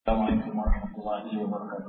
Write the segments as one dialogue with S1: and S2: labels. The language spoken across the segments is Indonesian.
S1: Assalamualaikum warahmatullahi wabarakatuh.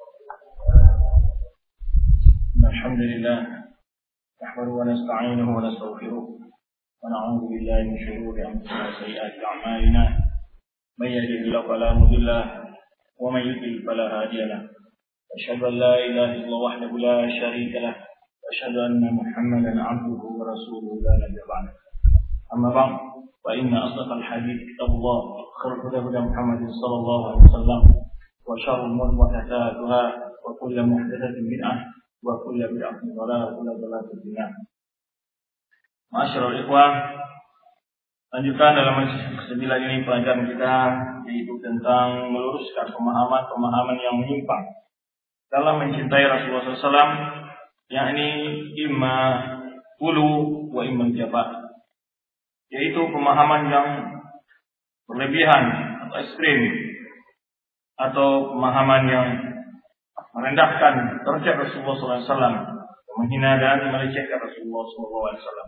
S1: Alhamdulillah, nahmaduhu wa nasta'inuhu wa nastaghfiruh wa na'udzu billahi min shururi anfusina wa sayyiati a'malina. May yahdihillahu fala mudilla lahu wa may yudlil fala hadiya lahu. Asyhadu an la ilaha illallah wahdahu la syarika lahu wa asyhadu anna Muhammadan 'abduhu wa rasuluhu la nabiyya ba'dahu. Amma ba'd, fa inna asdaqal hadits kitabullah خير هدى محمد صلى الله عليه وسلم وشر الأمور محدثاتها وكل محدثة بدعة وكل بدعة ضلالة وكل ضلالة في النار. Ma'asyiral ikhwah, lanjutkan dalam majlis ke-9 ini pelajaran kita, yaitu tentang meluruskan pemahaman yang menyimpang dalam mencintai Rasulullah SAW, yakni imma ulu wa imma jaba, yaitu pemahaman yang berlebihan atau ekstrim, atau pemahaman yang merendahkan derajat Rasulullah SAW, menghina dan melecehkan Rasulullah SAW.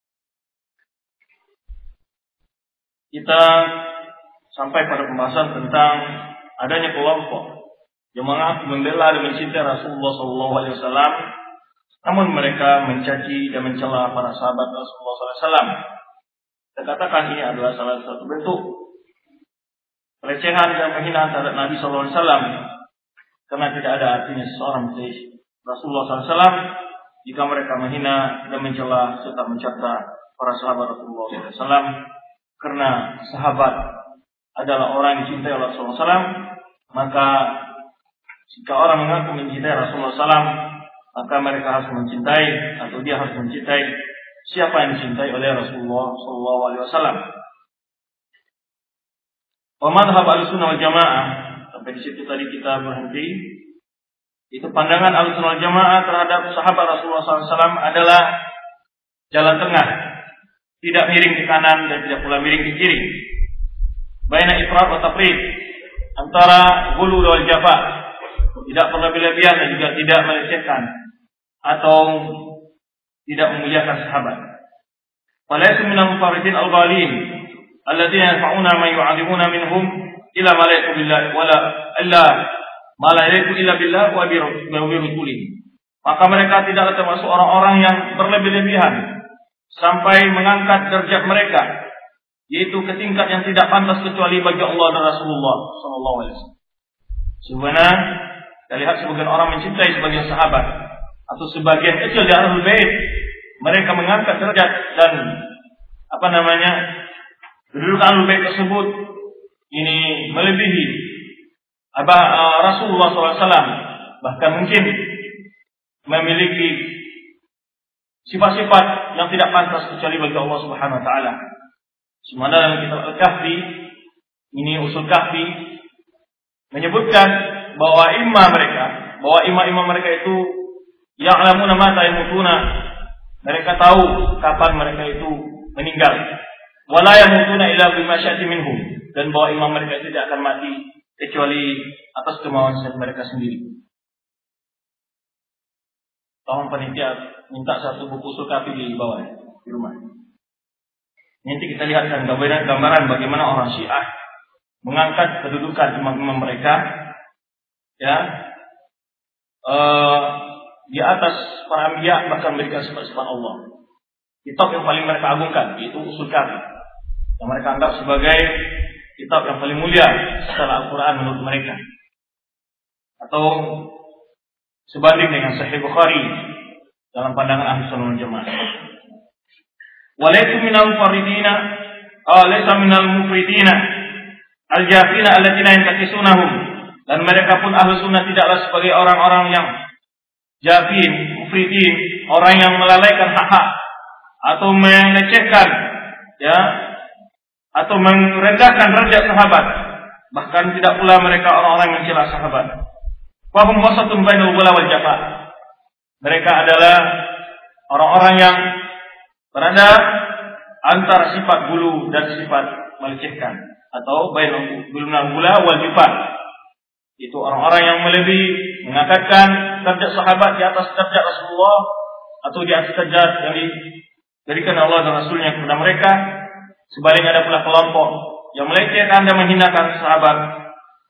S1: Kita sampai pada pembahasan tentang adanya kelompok yang mengaku membela dan mencintai Rasulullah SAW, namun mereka mencaci dan mencela para sahabat Rasulullah SAW. Kita katakan ini adalah salah satu bentuk pelecehan dan penghinaan terhadap Nabi SAW, karena tidak ada artinya seseorang mencintai Rasulullah SAW jika mereka menghina dan mencela serta mencerca para sahabat Rasulullah SAW. Karena sahabat adalah orang yang dicintai oleh Rasulullah SAW, maka jika orang mengaku mencintai Rasulullah SAW, maka mereka harus mencintai, atau dia harus mencintai siapa yang dicintai oleh Rasulullah SAW. Madhab Ahlussunnah wal Jamaah, sampai di situ tadi kita berhenti. Itu pandangan Ahlussunnah wal Jamaah terhadap sahabat Rasulullah SAW adalah jalan tengah, tidak miring ke kanan dan tidak pula miring ke kiri. Baina ifrat wa tafrid, antara ghulu wal jafa, tidak berlebih-lebihan dan juga tidak melecehkan atau tidak memuliakan sahabat. Walaysa minal mufarridin al-ghalin alladzina yaf'una ma yu'adzimuna minhum illa ma la yakun billahi wala illa ma la yakun illa billah wa bi rasulih. Maka mereka tidaklah termasuk orang-orang yang berlebih-lebihan sampai mengangkat derajat mereka, yaitu ke tingkat yang tidak pantas kecuali bagi Allah dan Rasulullah sallallahu alaihi wasallam. Sebenarnya kita lihat sebagian orang mencintai sebagian sahabat atau sebagian kecil di Ahlul Bait, mereka mengangkat derajat dan kedudukan Ahlul Bait tersebut ini melebihi Rasulullah SAW, bahkan mungkin memiliki sifat-sifat yang tidak pantas kecuali bagi Allah Subhanahu Wa Taala. Semana dalam kitab Al-Kahfi, ini usul Kahfi, menyebutkan bahwa imam mereka itu ya'lamuna mata yamutuna, mereka tahu kapan mereka itu meninggal. Wala yamutuna illa bima sya'a minhum, dan bahwa imam mereka tidak akan mati kecuali atas kemauan mereka sendiri. Tolong panitia minta satu buku usul Kahfi di bawah di rumah. Nanti kita lihatkan gambaran bagaimana orang Syiah mengangkat kedudukan imam-imam mereka, ya, di atas para anbiya, bahkan memberikan sifat-sifat Allah. Kitab yang paling mereka agungkan yaitu usul Kahfi, yang mereka anggap sebagai kitab yang paling mulia setelah Al-Quran menurut mereka, atau sebanding dengan Sahih Bukhari dalam pandangan Ahlussunnah wal Jamaah. Walaikum minal mufarridina laysa minal mufridina al-jafina alladziina yantakisunahum, dan mereka pun Ahlussunnah tidaklah sebagai orang-orang yang jafin, mufridin, orang yang melalaikan hak-hak atau melecehkan, ya, atau merendahkan derajat sahabat. Bahkan tidak pula mereka orang-orang yang mencela sahabat. Wa hum wasatun bainal ghula wal jafa. Mereka adalah orang-orang yang berada antara sifat gulu dan sifat melecehkan, atau bainal ghula wal jafa. Itu orang-orang yang melebihi, mengangkatkan derajat sahabat di atas derajat Rasulullah, atau di atas derajat yang diberikan Allah dan Rasulnya kepada mereka. Sebaliknya ada pula kelompok yang melecehkan dan menghinakan sahabat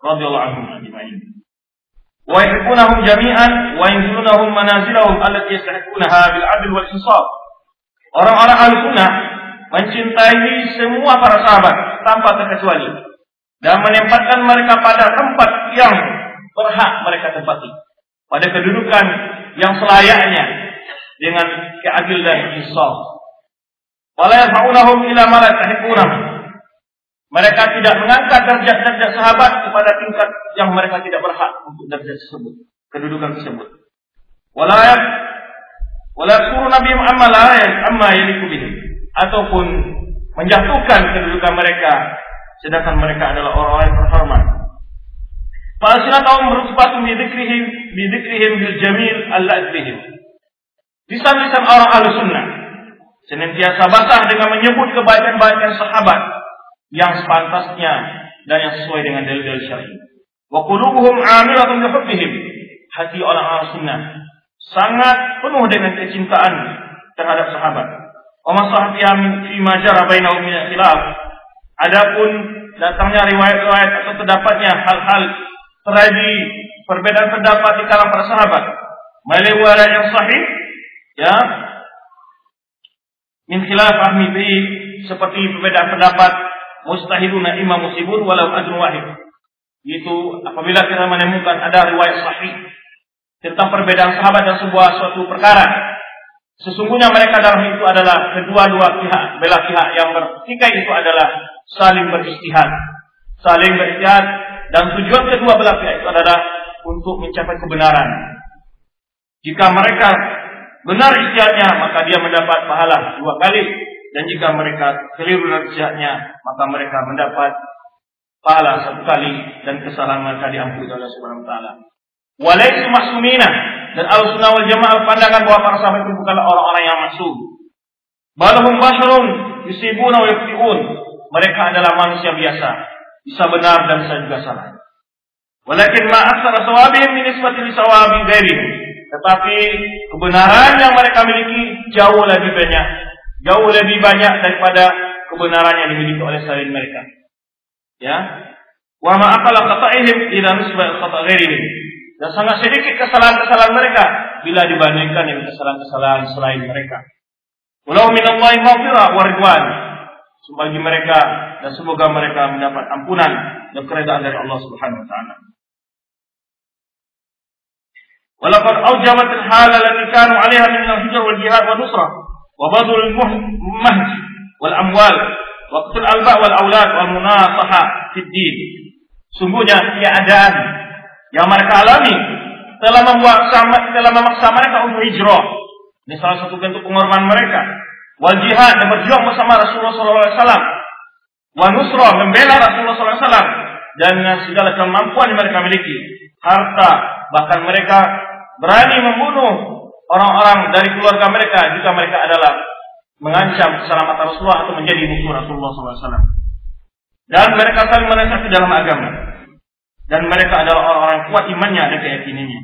S1: radhiyallahu anhum ajma'in. Wa yuhibbunahum jami'an wa yanzilunahum manazilahum allati yastahiqunaha bil 'adl wal insaf. Orang-orang Ahlussunnah mencintai semua para sahabat tanpa terkecuali dan menempatkan mereka pada tempat yang berhak mereka tempati, pada kedudukan yang selayaknya dengan keadil dan insaf. Wala yarfa'unahum ila ma la yastahiqunah. Mereka tidak mengangkat derajat-derajat sahabat kepada tingkat yang mereka tidak berhak untuk derajat tersebut, kedudukan tersebut. Wala yaqulu nabiyyu amma yaliku bihim, ataupun menjatuhkan kedudukan mereka sedangkan mereka adalah orang-orang yang terhormat. Fa'asinatahum berusbatun bidzikrihim bil jamil al-la'dbihim. Lisan-lisan orang Ahlussunnah senantiasa basah dengan menyebut kebaikan-kebaikan sahabat yang sepantasnya dan yang sesuai dengan dalil-dalil syar'i. Wa qulubuhum 'amilatun bi hubbihim. Hati orang Ahlussunnah sangat penuh dengan kecintaan terhadap sahabat. Wa masahiham fi ma jara bainahum min khilaf. Adapun datangnya riwayat-riwayat atau terdapatnya hal-hal terjadi perbedaan pendapat di kalangan para sahabat, riwayat yang sahih, ya, min khilaf ahmi bi, seperti perbedaan pendapat mustahiluna imam musibun walau ajrun wahid. Itu apabila kita menemukan ada riwayat sahih tentang perbedaan sahabat dan suatu perkara, sesungguhnya mereka dalam itu adalah kedua-dua pihak, belah pihak yang bertikai itu adalah saling beristihad, dan tujuan kedua belah pihak itu adalah untuk mencapai kebenaran. Jika mereka benar ijtihadnya, maka dia mendapat pahala 2 kali, dan jika mereka keliru dalam ijtihadnya, maka mereka mendapat pahala 1 kali, dan kesalahan mereka diampuni oleh Allah Subhanahu wa taala. Walaisu maksumina, dan Ahlussunnah wal Jamaah pandangan bahwa para sahabat itu bukanlah orang-orang yang maksum. Balhum basharun yusibuna wa yukhti'un. Mereka adalah manusia biasa, bisa benar dan bisa juga salah. Walakin ma aktsara shawabihim min nisbati li shawabi ghairihim. Tetapi kebenaran yang mereka miliki jauh lebih banyak daripada kebenaran yang dimiliki oleh selain mereka. Ya. Wa ma aqala khata'ihim ila nisbati khata' ghairihim. Dan sangat sedikit kesalahan-kesalahan mereka bila dibandingkan dengan kesalahan-kesalahan selain mereka. Walau minallahi maghfirah wa ridwan. Bagi mereka, dan semoga mereka mendapat ampunan dan keridaan dari Allah Subhanahu wa taala. Walaqad awjabat al-hala allati kanu 'alaiha min al-hijrah wal jihad wa nusrah wa badl al-mahj wal amwal wa qatl al-ba' wal aulad wal munasaha fid din. Sungguhnya keadaan yang mereka alami telah memaksa mereka untuk hijrah. Ini salah satu bentuk pengorbanan mereka. Wal jihad, dan berjuang bersama Rasulullah SAW. Wa nusrah, membela Rasulullah SAW. Dan dengan segala kemampuan yang mereka miliki, harta, bahkan mereka berani membunuh orang-orang dari keluarga mereka jika mereka adalah mengancam keselamatan Rasulullah atau menjadi musuh Rasulullah SAW. Dan mereka saling menasihati dalam agama. Dan mereka adalah orang-orang yang kuat imannya dan keyakinannya.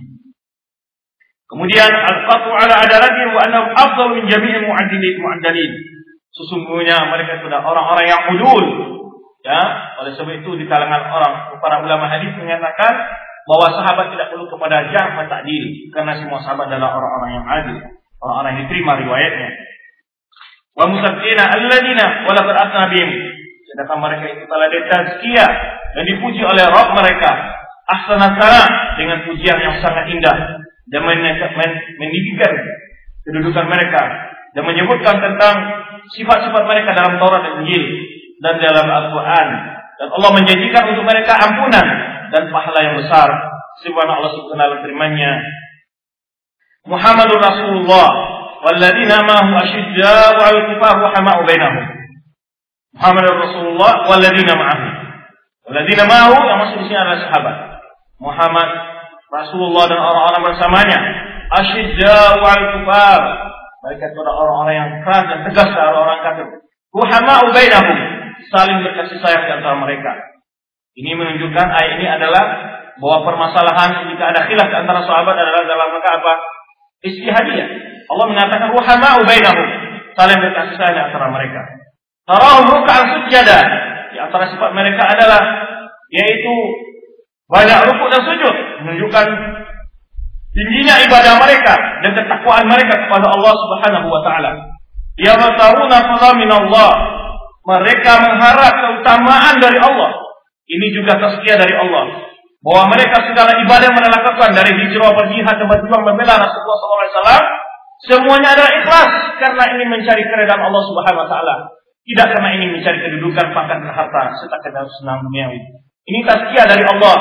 S1: Kemudian al-qatu ala adalatihim wa annahum afdalu min jami'il mu'addalin. Sesungguhnya mereka sudah orang-orang yang udul. Ya, oleh sebab itu di kalangan para ulama hadis menyatakan bahwa sahabat tidak perlu kepada jarh wa ta'dil, karena semua sahabat adalah orang-orang yang adil, orang-orang yang diterima riwayatnya. Wa musabbina alladziina wa laqad asna bihim. Sedangkan mereka itu telah ditazkiyah dan dipuji oleh Rabb mereka ahsana sana, dengan pujian yang sangat indah, dan meninggikan kedudukan mereka, dan menyebutkan tentang sifat-sifat mereka dalam Taurat dan Injil dan dalam Al-Quran. Dan Allah menjanjikan untuk mereka ampunan dan pahala yang besar. Sebagaimana Allah Subhanahu wa taala Muhammadur Rasulullah walladzina ma'ahu asyidda'u 'alal kuffari rahama'u bainahum. Muhammadur Rasulullah walladzina ma'ahu. Walladzina ma'ahu yang maksud di sini adalah sahabat. Muhammad Rasulullah dan orang-orang bersamanya, asyidda'u 'alal kuffar. Mereka adalah orang-orang yang keras dan tegas terhadap orang kafir. Rahama'u bainahum, saling berkasih sayang di antara mereka. Ini menunjukkan ayat ini adalah bahwa permasalahan jika ada khilaf di antara sahabat adalah dalam rangka apa? Ijtihadiyah. Allah mengatakan rahama'u bainahum, saling berkasih sayang di antara mereka. Tarahum ruk'an sujada, di antara sifat mereka adalah yaitu banyak rukuk dan sujud, menunjukkan tingginya ibadah mereka dan ketakwaan mereka kepada Allah Subhanahu wa taala. Yabtaruna fadlan min Allah. Mereka mengharap keutamaan dari Allah. Ini juga tazkiyah dari Allah. Bahwa mereka segala ibadah yang mereka lakukan dari hijrah, berjihad dan berjuang membela Rasulullah SAW, semuanya adalah ikhlas karena ingin mencari keridhaan Allah Subhanahu wa taala. Tidak karena ingin mencari kedudukan, pangkat, dan harta serta kesenangan duniawi. Ini tazkiyah dari Allah.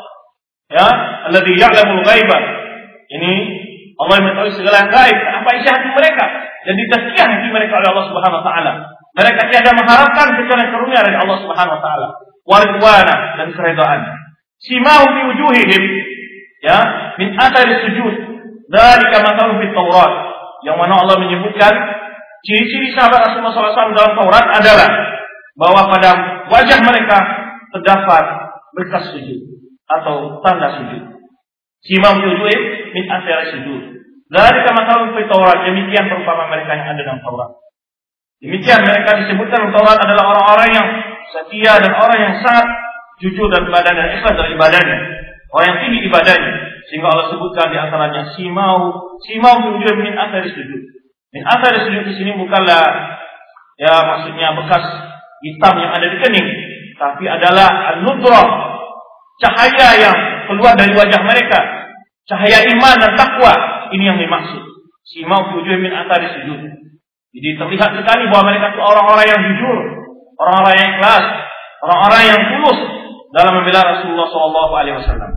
S1: Ya, alladzi ya'lamul ghaiba. Ini Allah yang mengetahui segala yang gaib, apa isi hati mereka, dan ditazkiyah hati mereka oleh Allah Subhanahu wa taala. Mereka tiada mengharapkan kecuali karunia dari Allah Subhanahu wa taala, waridwana dan keridhaan. Simahum fi wujuhihim, ya, min athari sujud. Dzalika mathalun fit Taurat. Yang mana Allah menyebutkan ciri-ciri sahabat Rasulullah SAW dalam Taurat adalah bahwa pada wajah mereka terdapat bekas sujud atau tanda sujud. Simahum fi wujuhihim min athari sujud. Dzalika mathalun fit Taurat. Demikian perumpamaan mereka yang ada dalam Taurat. Demikian mereka disebutkan dalam Taurat adalah orang-orang yang setia dan orang yang sangat jujur dan badan dan ikhlas dalam ibadahnya, orang yang tinggi ibadahnya, sehingga Allah sebutkan di antaranya simau wujud min athari sujud. Min athari sujud di sini bukanlah ya maksudnya bekas hitam yang ada di kening, tapi adalah an-nudrah, cahaya yang keluar dari wajah mereka, cahaya iman dan takwa. Ini yang dimaksud simau wujud min athari sujud. Jadi terlihat sekali bahwa mereka itu orang-orang yang jujur, orang-orang yang ikhlas, orang-orang yang tulus dalam membela Rasulullah SAW.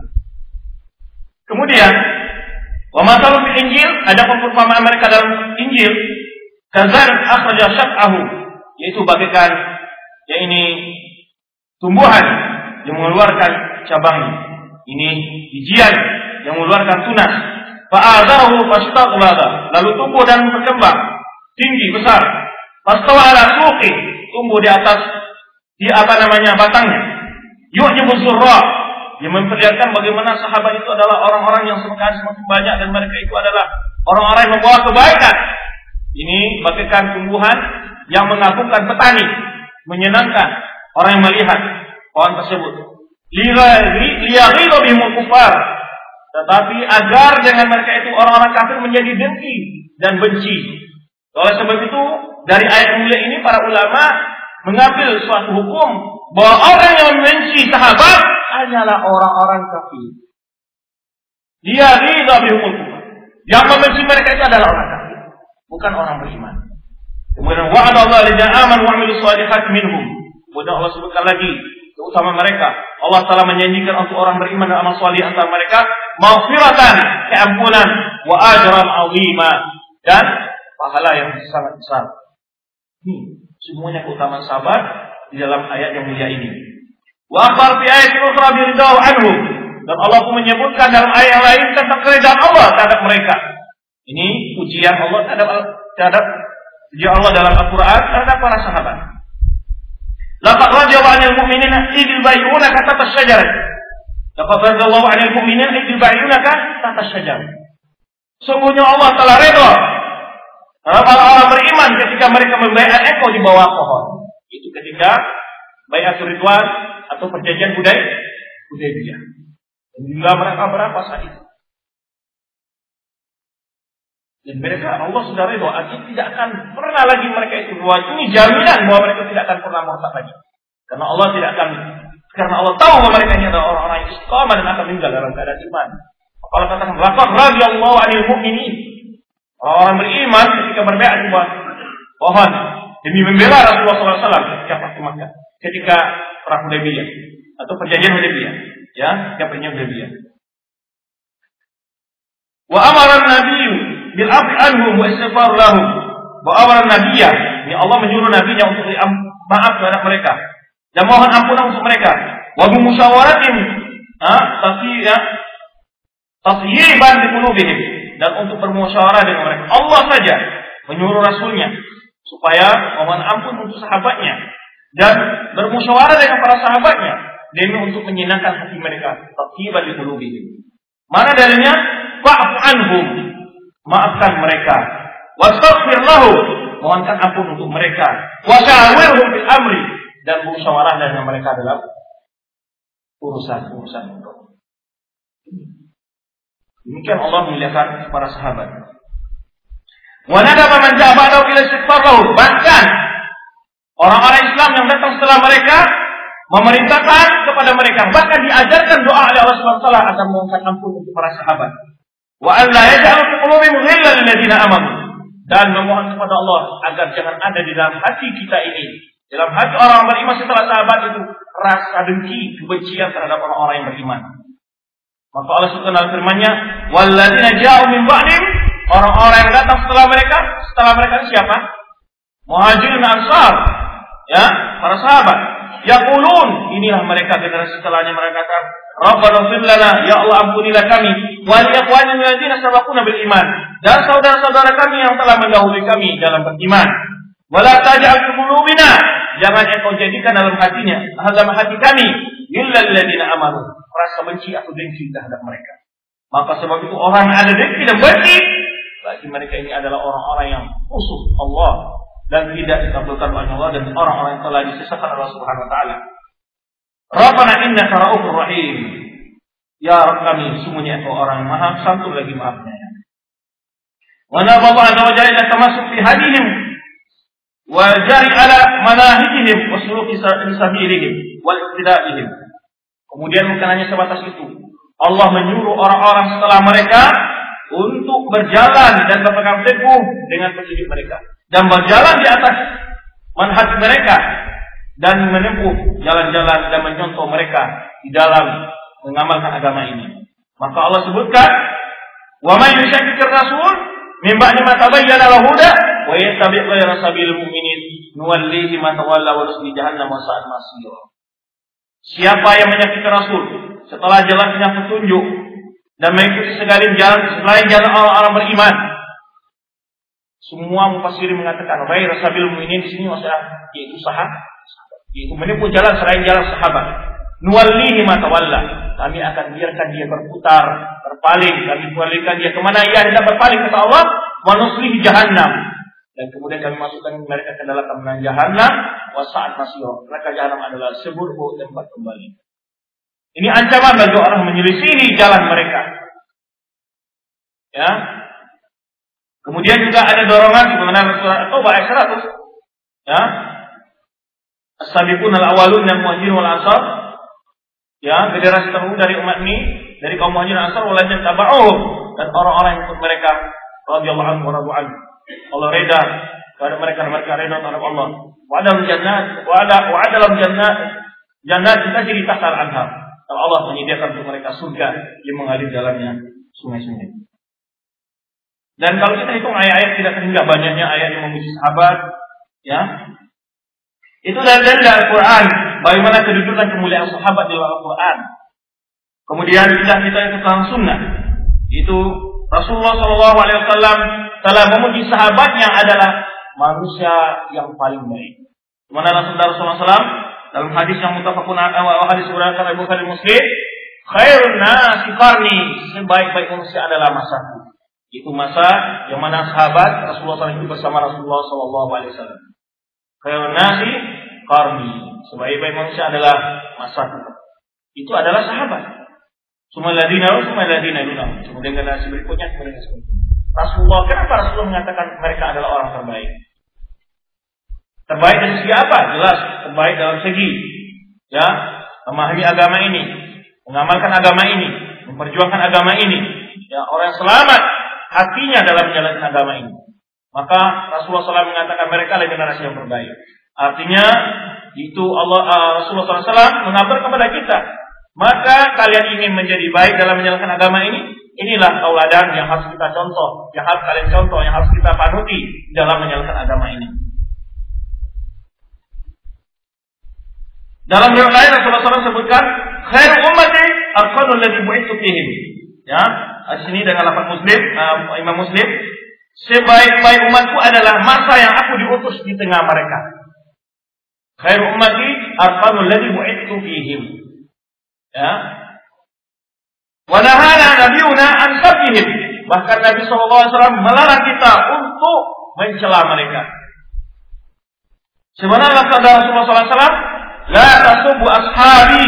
S1: Kemudian, wa masalun fil Injil, ada perumpamaan mereka dalam Injil, kazar akhraja syat'ahu, yaitu bagaikan ya ini tumbuhan yang mengeluarkan cabangnya. Ini bijian yang mengeluarkan tunas. Fa'adahu fastaghlaba, lalu tumbuh dan berkembang tinggi besar. Fastawa ala suqi, tumbuh di atas batangnya. Yu'jibu zurra, yang memperlihatkan bagaimana sahabat itu adalah orang-orang yang semakin banyak dan mereka itu adalah orang-orang yang membawa kebaikan. Ini bagaikan tumbuhan yang mengagumkan petani, menyenangkan orang yang melihat pohon tersebut. Liyaghidu bihimul kufar, tetapi agar dengan mereka itu orang-orang kafir menjadi dengki dan benci. Oleh sebab itu dari ayat mulia ini para ulama mengambil suatu hukum bahwa orang yang membenci sahabat hanyalah orang-orang kafir. Dia ridha bihumul kufar. Yang membenci mereka itu adalah orang kafir, bukan orang beriman. Kemudian wa'ada Allah ladzina amanu wa 'amilus shalihat minhum. Kemudian Allah sebutkan lagi keutamaan mereka. Allah Taala menjanjikan untuk orang beriman dan amal saleh antara mereka maghfiratan, keampunan, wa ajran 'azima, dan pahala yang sangat besar. Semuanya keutamaan sahabat di dalam ayat yang mulia ini. Wa akhbar fi ayatin ukhra bi ridahu anhu, dan Allah pun menyebutkan dalam ayat yang lain tentang keridhaan Allah terhadap mereka. Ini pujian Allah terhadap pujian Allah dalam Al-Qur'an terhadap para sahabat. Laqad radiyallahu 'anil mu'minina idh yubayyi'unaka tahta asy-syajarah. Laqad radiyallahu 'anil mu'minina idh yubayyi'unaka tahta asy-syajarah. Sungguhnya Allah telah redha orang-orang beriman ketika mereka membaiat engkau di bawah pohon. Itu ketika baiatul ridwan atau perjanjian Hudaybiyah. Dan jumlah mereka berapa saat itu? Dan mereka Allah sudah redha, artinya tidak akan pernah lagi mereka itu buat. Ini jaminan bahwa mereka tidak akan pernah murtad lagi. Karena Allah tahu bahwa mereka ini adalah orang-orang yang istiqamah dan akan meninggal dalam keadaan iman. Kalau katakan laqad radiyallahu 'anil mu'minin, orang beriman ketika berbaiat di bawah pohon demi membela Rasulullah SAW ketika Fathu Makkah, ketika perang Hudaybiyah atau perjanjian Hudaybiyah, ya, ketika perjanjian Hudaybiyah. Wa amara an-nabiyyu bil 'afwi anhum wa istighfar lahum. Wa amara an-nabiyya, ini Allah menyuruh nabinya untuk maaf terhadap mereka dan mohon ampunan untuk mereka. Wa bi musyawaratin, tasyiban bi qulubihim, dan untuk bermusyawarah dengan mereka. Allah saja menyuruh Rasulnya supaya mohon ampun untuk sahabatnya dan bermusyawarah dengan para sahabatnya demi untuk menyenangkan hati mereka. Tasyiban bi qulubihim. Mana dalilnya? Fa'fu anhum, maafkan mereka. Wastaghfir lahum, mohonkan ampun untuk mereka. Wasyawirhum fil amri, dan bermusyawarah dengan mereka dalam urusan engkau. Demikian Allah memuliakan para sahabat. Wa nadaba man ja'a ba'dahu ila istighfar lahu. Bahkan orang-orang Islam yang datang setelah mereka memerintahkan kepada mereka, bahkan diajarkan doa oleh Allah Subhanahu wa taala agar memohon ampun untuk para sahabat. Wa an la yaj'al fi qulubihim ghillan lil ladzina amanu. Dan memohon kepada Allah agar jangan ada di dalam hati kita ini, dalam hati orang beriman setelah sahabat itu, rasa dengki, kebencian terhadap orang-orang yang beriman. Maka Allah sebutkan dalam firman-Nya, walladzina ja'u min ba'dihim, orang-orang yang datang setelah mereka siapa? Muhajirin Ansar, ya, para sahabat. Yaqulun, inilah mereka generasi setelahnya, mereka kata, Rabbana ighfir lana, ya Allah ampunilah kami, wa li ikhwanina alladzina sabaquna bil iman, dan saudara-saudara kami yang telah mendahului kami dalam beriman. Wala taj'al fi qulubina, jangan engkau jadikan dalam hati kami illal ladzina amanu, rasa benci atau dengki terhadap mereka. Maka sebab itu orang yang ada dengki dan benci bagi mereka ini adalah orang-orang yang musuh Allah dan tidak dikabulkan oleh Allah, dan orang-orang yang telah disesatkan Allah Subhanahu wa taala. Rabbana innaka ra'ufur rahim. Ya Rabb kami, sungguhnya Engkau orang yang Maha Santun lagi Maha Penyayang. Wa naballahu azza wa jalla tamassuk fi hadihim wa jari ala manahijihim wa suluki sabilihim wal iqtida'ihim. Kemudian bukan hanya sebatas itu, Allah menyuruh orang-orang setelah mereka untuk berjalan dan berpegang teguh dengan petunjuk mereka, dan berjalan di atas manhaj mereka, dan menempuh jalan-jalan dan mencontoh mereka di dalam mengamalkan agama ini. Maka Allah sebutkan, wa may yushakkikir rasul min ba'di ma tabayyana lahu huda wa yattabi' ghayra sabilil mu'minin nuwallihi ma tawalla wa nuslihi jahannam wa sa'at masir. Siapa yang menyakiti Rasul setelah jelasnya petunjuk dan mengikuti selain jalan orang-orang beriman, semua mufassirin mengatakan ghayra sabilil mu'minin di sini maksudnya yaitu sahabat, yaitu menempuh jalan selain jalan sahabat. Nuwallihi ma tawalla, kami akan biarkan dia berputar, berpaling, kami palingkan dia kemana ia hendak berpaling, kata Allah, wa nuslihi jahannam, dan kemudian kami masukkan mereka ke dalam neraka jahannam, wa sa'at masir, neraka jahannam adalah seburuk tempat kembali. Ini ancaman bagi orang menyelisihi jalan mereka. Ya. Kemudian juga ada dorongan sebenarnya surah At-Taubah ayat 100. Ya. As-sabiqun al-awwalun minal muhajirin wal ansar. Ya, generasi terdahulu dari umat ini, dari kaum muhajirin ansar walladzina tabauhum, dan orang-orang yang ikut mereka radhiyallahu anhum wa radu anhu. Allah reda kepada mereka reda terhadap Allah. Wa'adahum jannat tajri tahtal anhar. Allah menyediakan untuk mereka surga yang mengalir dalamnya sungai-sungai. Dan kalau kita hitung ayat-ayat, tidak terhingga banyaknya ayat yang memuji sahabat, ya. Itu dari Al-Quran, bagaimana kedudukan kemuliaan sahabat di dalam Al-Quran. Kemudian kita itu tentang sunnah. Itu Rasulullah SAW telah memuji sahabatnya adalah manusia yang paling baik. Mana Rasulullah SAW dalam hadis yang muttafaqun alaih, hadis riwayat Bukhari Muslim, khairun nasi qarni, sebaik-baik manusia adalah masaku. Itu masa yang mana sahabat Rasulullah SAW itu bersama Rasulullah SAW. Khairun nasi qarni, sebaik-baik manusia adalah masaku. Itu adalah sahabat. Kemudian generasi berikutnya, Rasulullah, kenapa Rasulullah mengatakan mereka adalah orang terbaik? Terbaik dari segi apa? Jelas, terbaik dalam segi ya, memahami agama ini, mengamalkan agama ini, memperjuangkan agama ini. Ya, orang yang selamat hatinya dalam menjalankan agama ini. Maka Rasulullah SAW mengatakan mereka adalah generasi yang terbaik. Artinya itu Rasulullah SAW mengabar kepada kita. Maka kalian ingin menjadi baik dalam menjalankan agama ini, inilah tauladan yang harus kita contoh, yang harus kalian contoh, yang harus kita panuti dalam menjalankan agama ini. Dalam riwayat lain Rasulullah SAW sebutkan, khairu ummati aqrarul ladzi bu'itsu fihim. Ya, di sini dengan lafaz Muslim, Imam Muslim, sebaik-baik umatku adalah masa yang aku diutus di tengah mereka. Khairu ummati aqrarul ladzi bu'itsu fihim. Ya. Wa nahana nabiyuna an sabihim. Bahkan Nabi SAW melarang kita untuk mencela mereka. Sebenarnya sabda Rasulullah SAW, la tasubbu ashabi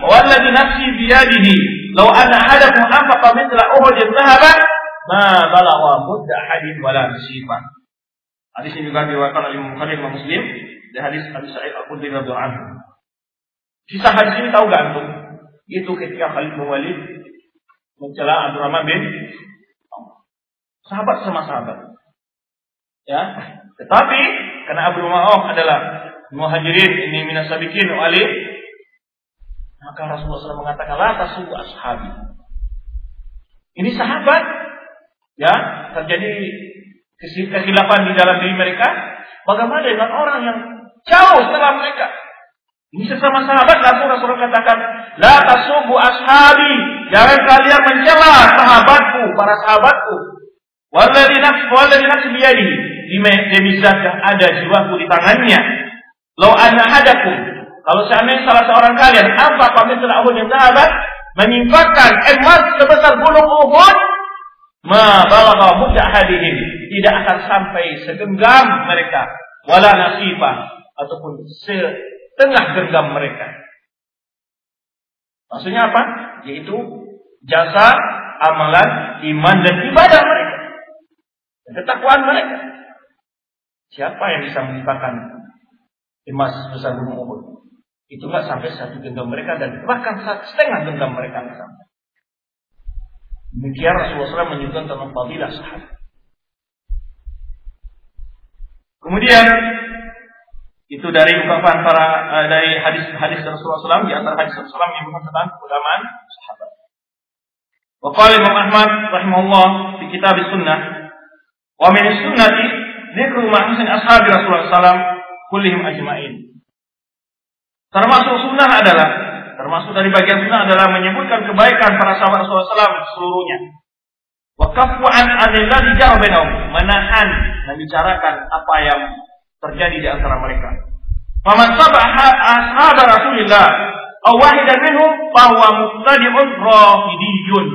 S1: walladzi nafsi biyadihi law anna ahadakum anfaqa mithla uhudin dhahaban ma balagha mudda ahadin wala nasifa. Hadis ini juga diriwayatkan oleh Imam Bukhari dan Muslim dari hadis Abu Sa'id Al-Khudri radhiyallahu anhu. Kisah hadis ini tahu enggak antum? Itu ketika Khalid bin Walid mencela Abdurrahman bin sahabat sama sahabat. Ya, tetapi karena Abu Ma'af adalah muhajirin ini minas sabiqin wali, maka Rasulullah SAW mengatakan la tasubbu ashabi. Ini sahabat, ya, terjadi kekhilafan di dalam diri mereka. Bagaimana dengan orang yang jauh setelah mereka? Ini sesama sahabat, langsung Rasulullah katakan la tasubbu ashabi, jangan kalian mencela sahabatku, para sahabatku. Walladzi nafsi biyadihi, demi zat yang ada jiwaku di tangannya. Law anna ahadakum, kalau seandainya salah seorang kalian apa pamit telah Uhud yang sahabat menyimpangkan emas sebesar gunung Uhud, ma balagha mudda ahadihim, tidak akan sampai segenggam mereka, wala nasifah, ataupun setengah genggam mereka. Maksudnya apa? Yaitu jasa, amalan, iman dan ibadah mereka, ketakwaan mereka. Siapa yang bisa menimpakan emas sebesar gunung Uhud? Itu nggak sampai satu genggam mereka, dan bahkan setengah genggam mereka nggak sampai. Demikian Rasulullah SAW menyebutkan tentang fadilah sahabat. Kemudian itu dari ungkapan dari hadis Rasulullah SAW, di antara hadis Rasulullah yang menyebutkan tentang keutamaan sahabat. Wa qala Imam Ahmad rahimahullah di kitab Sunnah, wa min sunnati dzikru ma'asin ashabi Rasulullah SAW kullihim ajma'in. Termasuk dari bagian sunnah adalah menyebutkan kebaikan para sahabat Rasulullah SAW seluruhnya. Wa kaffu an alladhi jara bainahum, menahan dan bicarakan apa yang terjadi di antara mereka. Faman sabaha ashab Rasulillah aw wahidan minhum fa huwa mubtadi'un rafidiyun.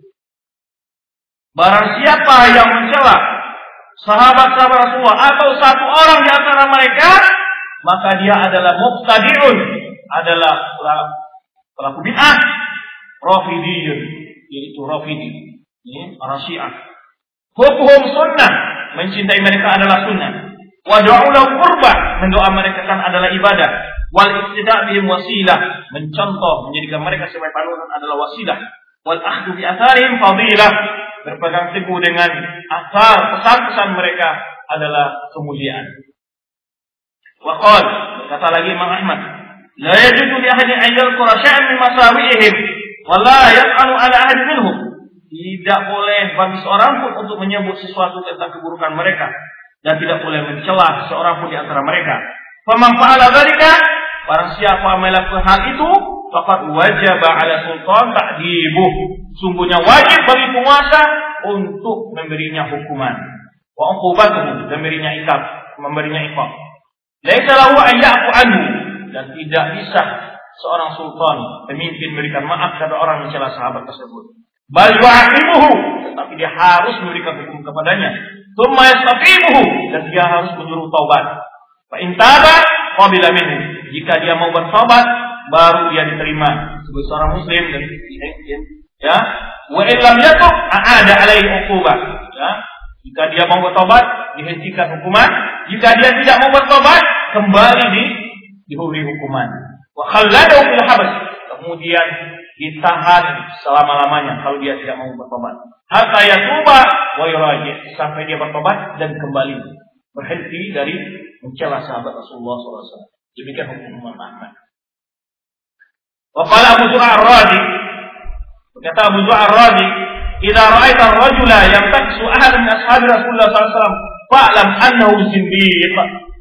S1: Barang siapa yang mencela sahabat-sahabat Rasulullah atau satu orang di antara mereka, maka dia adalah mubtadi'un, adalah pelaku bid'ah, rafidiyun, yaitu rafidi. Ini para Syiah. Hukum sunnah, mencintai mereka adalah sunnah. Wa du'ulahu qurbah, mendoa mereka kan adalah ibadah. Wal iqtida' bihim wasilah, mencontoh menjadikan mereka sebagai panutan adalah wasilah. Wal akhdhu bi atharihim fadilah, berpegang teguh dengan asar pesan-pesan mereka adalah kemuliaan. Wa qala, berkata lagi Imam Ahmad, la yajuzu li ahadin an yadhkura syai'an min masawi'ihim wa la yas'alu ala ahadin minhum. Tidak boleh bagi seorang pun untuk menyebut sesuatu tentang keburukan mereka, dan tidak boleh mencela seorang pun di antara mereka. Faman fa'ala dzalika, barang siapa melakukan hal itu, faqad wajaba 'ala sultan ta'dibuh. Sungguhnya wajib bagi penguasa untuk memberinya hukuman. Wa uqubatuhu, memberinya iqab. Laisa lahu an ya'fu anhu, dan tidak bisa seorang sultan pemimpin memberikan maaf kepada orang yang mencela sahabat tersebut. Bal yu'aqibuhu, tetapi dia harus memberikan hukum kepadanya. Tsumma yastaqimuhu, dan dia harus menyuruh taubat. Fa in taba qabila minhu, jika dia mau bertobat baru dia diterima sebagai seorang muslim dan ya. Wa in lam yatub a'ada alaihi uqubah, ya. Jika dia mau bertobat dihentikan hukuman, jika dia tidak mau bertobat kembali diberi hukuman. Wa khalladahu fil habs, kemudian ditahan selama-lamanya kalau dia tidak mau bertobat. Hatta yatuba wa yuraji, sampai dia bertobat dan kembali berhenti dari mencela sahabat Rasulullah SAW. Demikian hukum Imam Ahmad. Wa qala Abu Zur'ah Ar-Razi, berkata Abu Zur'ah Ar-Razi, "Idza ra'aita ar-rajula yamtaksu ahad min ashabi Rasulullah SAW, fa'lam annahu zindiq."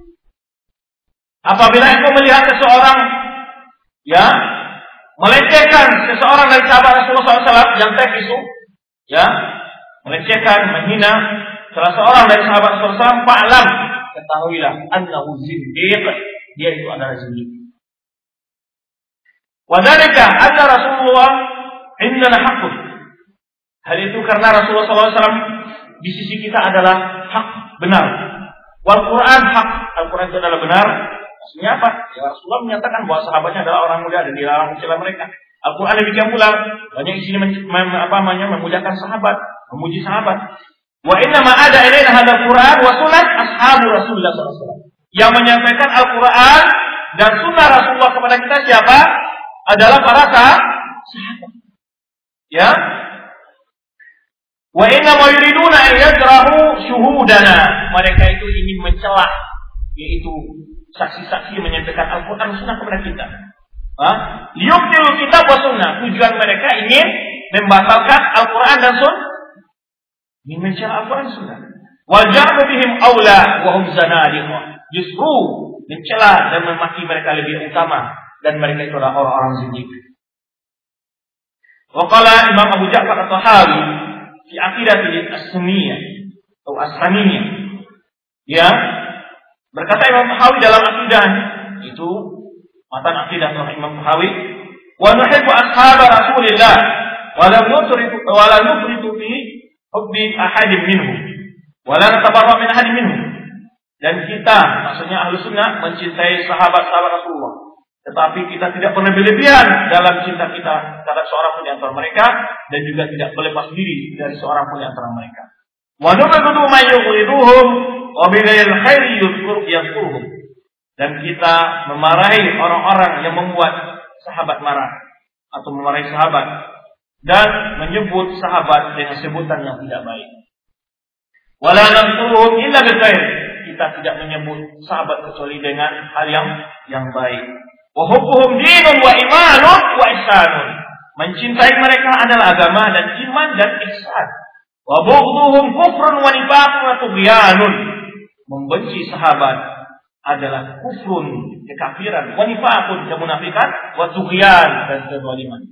S1: Apabila engkau melihat seseorang ya melecehkan seseorang dari sahabat Rasulullah SAW yang tekisu, ya, melecehkan, menghina salah seorang dari sahabat Rasulullah SAW, fa'lam, ketahuilah, annahu zindiq, dia itu adalah zindiq. Wa dzalika anna Rasulullah indana haqqun. Hal itu karena Rasulullah SAW di sisi kita adalah hak, benar. Wal Quran hak, Al-Quran itu adalah benar. Maksudnya apa? Ya Rasulullah menyatakan bahwa sahabatnya adalah orang mulia dan dilarang mencela mereka. Al-Quran demikian pula banyak isinya memuliakan sahabat, memuji sahabat. Wa inna ma ada ilaina hadzal Qur'an wa sunnah ashabu Rasulullah sallallahu alaihi wasallam. Yang menyampaikan Al-Quran dan sunnah Rasulullah kepada kita siapa? Adalah para sahabat. Ya. Wa inna ma yuriduna an yajrahu syuhudana. Mereka itu ingin mencelah, yaitu saksi-saksi menyampaikan Al-Quran dan sunnah kepada kita. Liyubtilu kitab wa sunnah. Tujuan mereka ingin membatalkan Al-Quran dan sunnah. Ingin mencela Al-Quran dan sunnah. Wa ja'u bihim aula wa hum zanadiqah. Justru mencela dan memaki mereka lebih utama, dan mereka itu adalah orang-orang zindik. Wa qala Imam Abu Ja'far At-Tahawi fi aqidatihi as-sunniyah atau as-samiyah. Ya, berkata Imam Tahawi dalam akidah itu matan akidah Imam Tahawi, wa nuhibbu ashab Rasulillah wa la nufritu fi hubbi ahadin minhum wa la natabarra min ahadin minhum. Dan kita, maksudnya Ahlus Sunnah, mencintai sahabat-sahabat Rasulullah, tetapi kita tidak berlebihan dalam cinta kita terhadap seorang pun di antara mereka, dan juga tidak berlepas diri dari seorang pun di antara mereka. Wa nubghidu man yughriduhum wa bighayri khairi yadhkuruhum. Dan kita memarahi orang-orang yang membuat sahabat marah atau memarahi sahabat dan menyebut sahabat dengan sebutan yang tidak baik. Wala nadhkuruhum illa bil khair. Kita tidak menyebut sahabat kecuali dengan hal yang baik. Wa hubbuhum dinun wa imanun wa ihsanun. Mencintai mereka adalah agama dan iman dan ihsan. Wa bughdhuhum kufrun wa nifaqun wa tughyanun. Membenci sahabat adalah kufrun, kekafiran, wa nifaqun, kemunafikan, wa tughyan, dan kezaliman.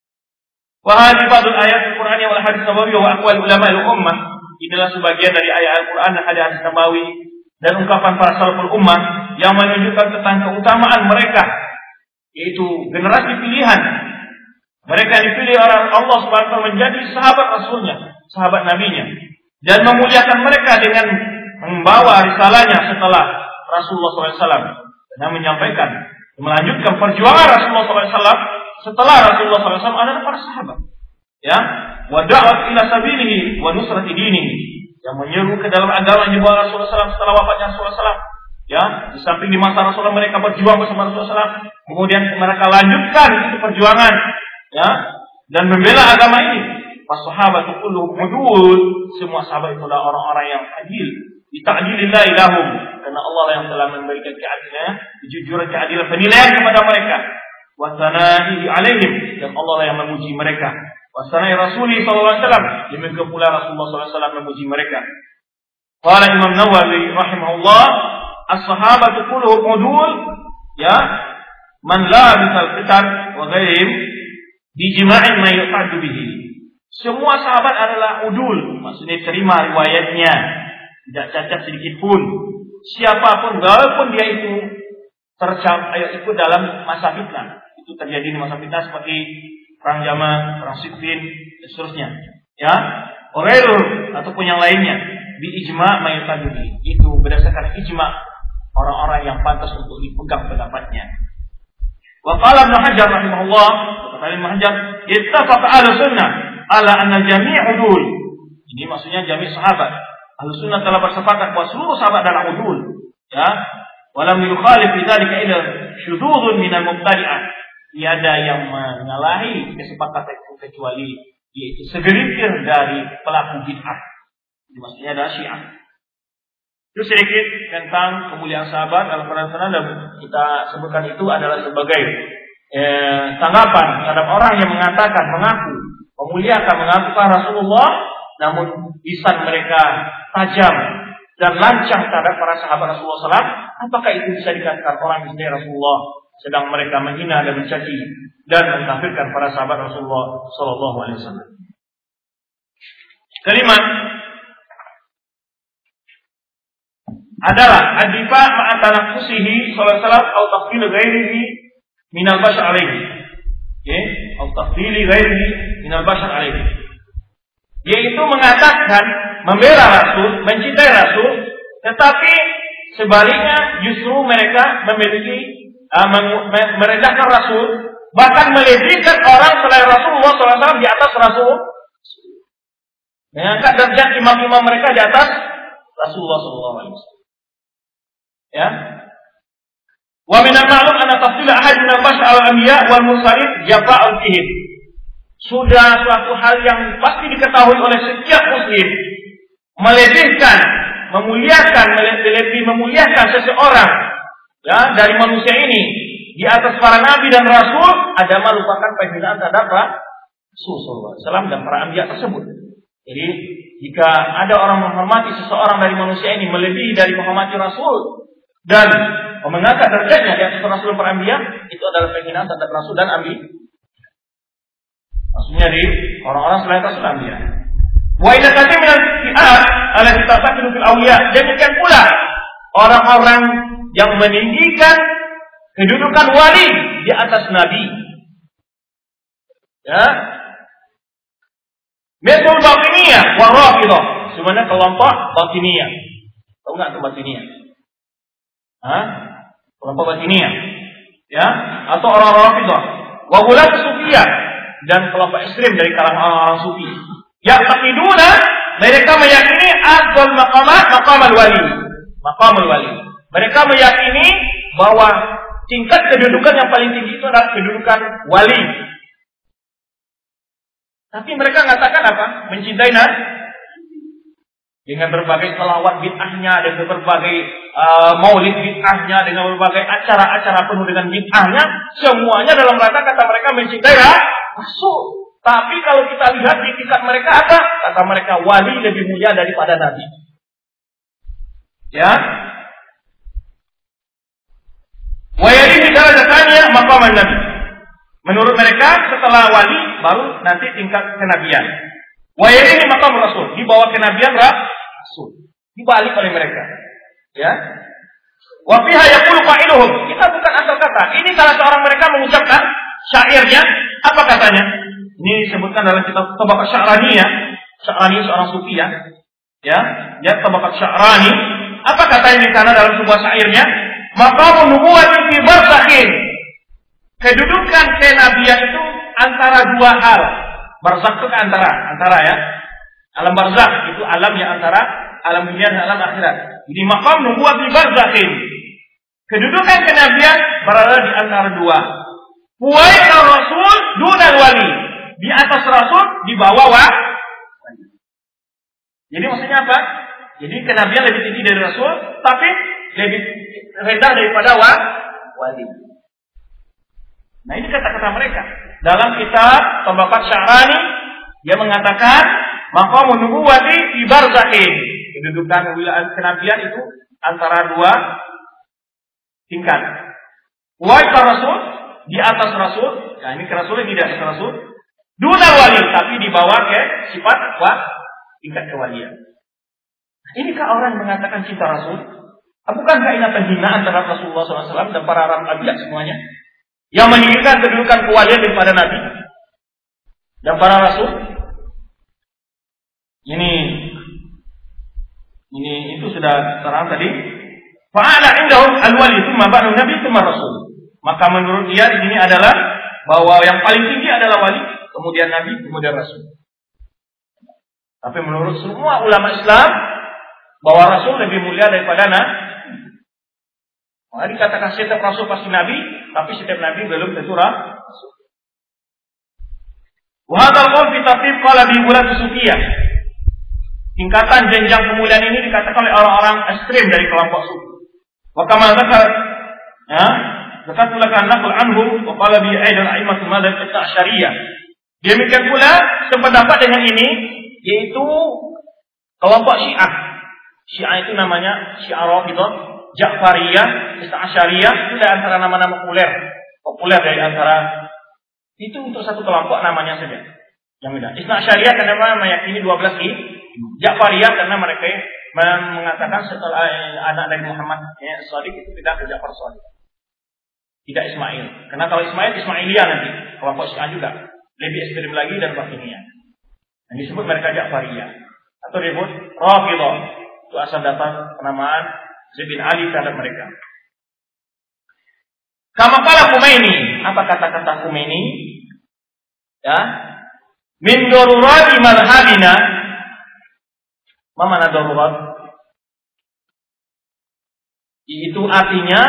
S1: Wa hadhihi ba'dul ayat al-Qur'aniyah wal hadits nabawi wa aqwal ulama al-ummah. Inilah sebagian dari ayat Al-Qur'an dan hadis nabawi dan ungkapan para salaful ummah yang menunjukkan tentang keutamaan mereka, yaitu generasi pilihan. Mereka dipilih oleh Allah Subhanahu wa taala menjadi sahabat Rasulnya, sahabat Nabinya, dan memuliakan mereka dengan membawa risalahnya setelah Rasulullah SAW, dan menyampaikan, melanjutkan perjuangan Rasulullah SAW setelah Rasulullah SAW adalah para sahabat. Ya, wa da'wat ila sabilihi wa nusrati dinihi, yang menyeru ke dalam agama yang dibawa Rasulullah SAW setelah wafatnya Rasulullah SAW. Ya, di samping di masa Rasulullah mereka berjuang bersama Rasulullah SAW, kemudian mereka lanjutkan itu perjuangan, ya, dan membela agama ini. Pas-sahabatu kulluhum udul, semua sahabat itu adalah orang-orang yang adil. Bita'dilillahi lahum, karena Allah yang telah memberikan keadilan, kejujuran, keadilan, penilaian kepada mereka. Wa sanaihi alaihim, dan Allah yang memuji mereka. Wa sanai Rasulullah SAW, demikian pula Rasulullah SAW memuji mereka. Qala Imam Nawawi rahimahullah, as-sahabatu kulluhum udul, ya, man la bisal fitan wa ghairihim bijma'in ma yu'tadu bihi. Semua sahabat adalah udul, maksudnya terima riwayatnya, tidak cacat sedikit pun. Siapapun, walaupun dia itu ikut dalam masa fitnah, itu terjadi di masa fitnah seperti perang Jamal, perang Siffin, dan seterusnya. Ya, Orelur ataupun yang lainnya, di ijma' mayutadudi, itu berdasarkan ijma' orang-orang yang pantas untuk dipegang pendapatnya. Wa qala Ibnu Hajar rahimahullah, kata Ibnu Hajar, ittafaqa ahlussunnah ala anna jami' udul. Ini maksudnya jami' sahabat. Ahlussunnah telah bersepakat bahwa seluruh sahabat adalah udul. Ya, walam yukhalif bidzalika illa syudzuzun minal mubtadi'ah. Tiada yang menyalahi kesepakatan itu kecuali yaitu segelintir dari pelaku bid'ah. Ini maksudnya adalah Syiah. Itu sedikit tentang kemuliaan sahabat dalam Quran dan kita sebutkan itu adalah sebagai tanggapan terhadap orang yang mengatakan, mengaku memuliakan, mengakukan Rasulullah, namun lisan mereka tajam dan lancang terhadap para sahabat Rasulullah SAW. Apakah itu bisa dikatakan orang mencintai Rasulullah, sedang mereka menghina dan mencaci dan mengkafirkan para sahabat Rasulullah sallallahu alaihi wasallam. Kelima adalah ad-difa' ma'a tanaffusihi sallallahu alaihi wasallam atau tafdil ghairihi minal bashar alaihi. Ya, atau tafdil ghairihi minal bashar alaihi. Yaitu mengatakan membela Rasul, mencintai Rasul, tetapi sebaliknya justru mereka memiliki merendahkan Rasul, bahkan melebihkan orang selain Rasulullah SAW di atas Rasul, mengangkat derajat imam-imam mereka di atas Rasulullah SAW. Ya. Wa min al-ma'lum anna tafsil ahad min al-bashar al-anbiya wal mursalin jafa'un fihim. Sudah suatu hal yang pasti diketahui oleh setiap muslim, melebihkan, lebih memuliakan seseorang ya dari manusia ini di atas para nabi dan rasul adalah merupakan penghinaan terhadap Rasul sallallahu alaihi wasallam dan para anbiya tersebut. Jadi jika ada orang menghormati seseorang dari manusia ini melebihi dari menghormati Rasul dan mengangkat derajatnya di atas Rasul dan para anbiya, itu adalah penghinaan terhadap Rasul dan anbiya. Maksudnya di orang-orang selain Rasul dan anbiya. Wa idza katsir min al-fi'at allati tasafiru fil awliya, demikian pula orang-orang yang meninggikan kedudukan wali di atas nabi. Ya. Misal batiniyah wa rafidah, sebenarnya kelompok batiniyah. Tahu enggak itu batiniyah? Kelompok batiniyah. Ya, atau orang-orang rafidah. Wa gulat sufiyah, dan kelompok ekstrem dari kalangan orang-orang sufi. Yang taqiduna, mereka meyakini asal maqamal wali. Mereka meyakini bahwa tingkat kedudukan yang paling tinggi itu adalah kedudukan wali. Tapi mereka mengatakan apa? Mencintai Nabi dengan berbagai selawat bid'ahnya, dengan berbagai maulid bid'ahnya, dengan berbagai acara-acara penuh dengan bid'ahnya, semuanya dalam rangka kata mereka mencintai Rasul. Tapi kalau kita lihat di tingkat mereka apa? Kata mereka wali lebih mulia daripada Nabi. Ya. Wa yadi darajatnya maqam Nabi. Menurut mereka setelah wali baru nanti tingkat kenabian. Wa yadi maqam Rasul, di bawah kenabian Rasul. Dibalik oleh mereka. Ya. Wa fiha yaqulu qailuhum, kita bukan asal kata. Ini salah seorang mereka mengucapkan syairnya, apa katanya? Ini disebutkan dalam kitab Tabaqat Sya'raniyah. Sya'rani seorang sufi ya. Ya, dia Tabaqat Sya'rani. Apa katanya di sana dalam sebuah syairnya? Maqamun nubuwwati fi barzakhin. Kedudukan kenabian itu antara dua hal. Barzakh itu antara ya. Alam barzakh itu alam yang antara alam dunia dan alam akhirat. Jadi maqam nubuwwati barzakhin. Kedudukan kenabian berada di antara dua. Huwaita Rasul dunal wali. Di atas Rasul, di bawah wali. Jadi maksudnya apa? Jadi kenabian lebih tinggi dari Rasul, tapi lebih rendah daripada wali. Nah ini kata-kata mereka. Dalam kitab Tabaqat Sya'rani, dia mengatakan maqamun nubuwwati fi barzakhin. Kedudukan kenabian itu antara dua tingkat. Huwaita Rasul, di atas Rasul. Nah ini Rasulnya tidak di atas Rasul. Dunal wali, tapi dibawa ke sifat tingkat kewalian. Inikah orang mengatakan cinta Rasul? Bukankah ini penghinaan terhadap Rasulullah SAW dan para nabi semuanya? Yang meninggikan kedudukan kewalian daripada Nabi dan para Rasul? Ini itu sudah terang tadi. Fa'ala indahum al-wali tsumma ba'du nabi tsumma rasul. Maka menurut dia di sini adalah bahwa yang paling tinggi adalah wali, kemudian nabi, kemudian rasul. Tapi menurut semua ulama Islam bahwa Rasul lebih mulia daripada Nabi. Maka dikatakan setiap Rasul pasti Nabi, tapi setiap Nabi belum tentu Rasul. Wahadal qaul fi tafsir qala bi ulat sufiyah. Tingkatan jenjang kemuliaan ini dikatakan oleh orang-orang ekstrem dari kelompok sufi. Wa kama zakar ya, zakat pula kan naqul anhum wa qala bi aidan a'immatul madzhab al-Asy'ariyah. Demikian pula sependapat dengan ini yaitu kelompok Syiah. Syiah itu namanya Syiah Rafidhah, Ja'fariyah, Asy'ariyah, itu dari antara nama-nama populer dari antara itu untuk satu kelompok namanya saja. Yang beda. Asy'ariyah karena meyakini 12 Ja'fariyah karena mereka mengatakan setelah anak dari Muhammad Shadiq itu tidak Ja'far Shadiq. Tidak Ismail. Karena kalau Ismailiyah nanti kelompok Syiah juga lebih ekstrem lagi dan batiniyah. Yang disebut mereka Ja'fariyah atau disebut Rafidhah. Itu asal datang penamaan Zaid bin Ali terhadap mereka. Kama qala Khomeini, apa kata-kata Khomeini? Ya. Min darurati madhhabina. Apa makna darurat? Itu artinya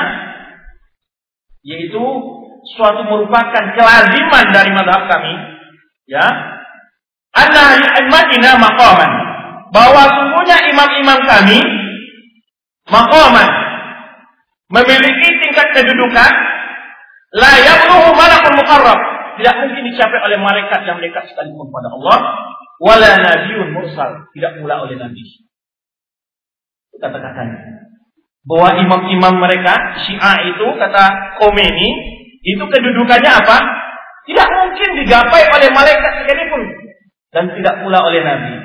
S1: yaitu suatu merupakan kelaziman dari madhab kami, ya. Anna al-madina maqaman, bahwa sungguhnya imam-imam kami maqaman, memiliki tingkat kedudukan la yablughu malakul muqarrab, tidak mungkin dicapai oleh malaikat yang dekat sekalipun pada Allah, wala nabiyyun mursal, tidak pula oleh nabi. Kata-katanya bahwa imam-imam mereka Syiah itu, kata Khomeini, itu kedudukannya apa? Tidak mungkin digapai oleh malaikat sekalipun dan tidak pula oleh nabi.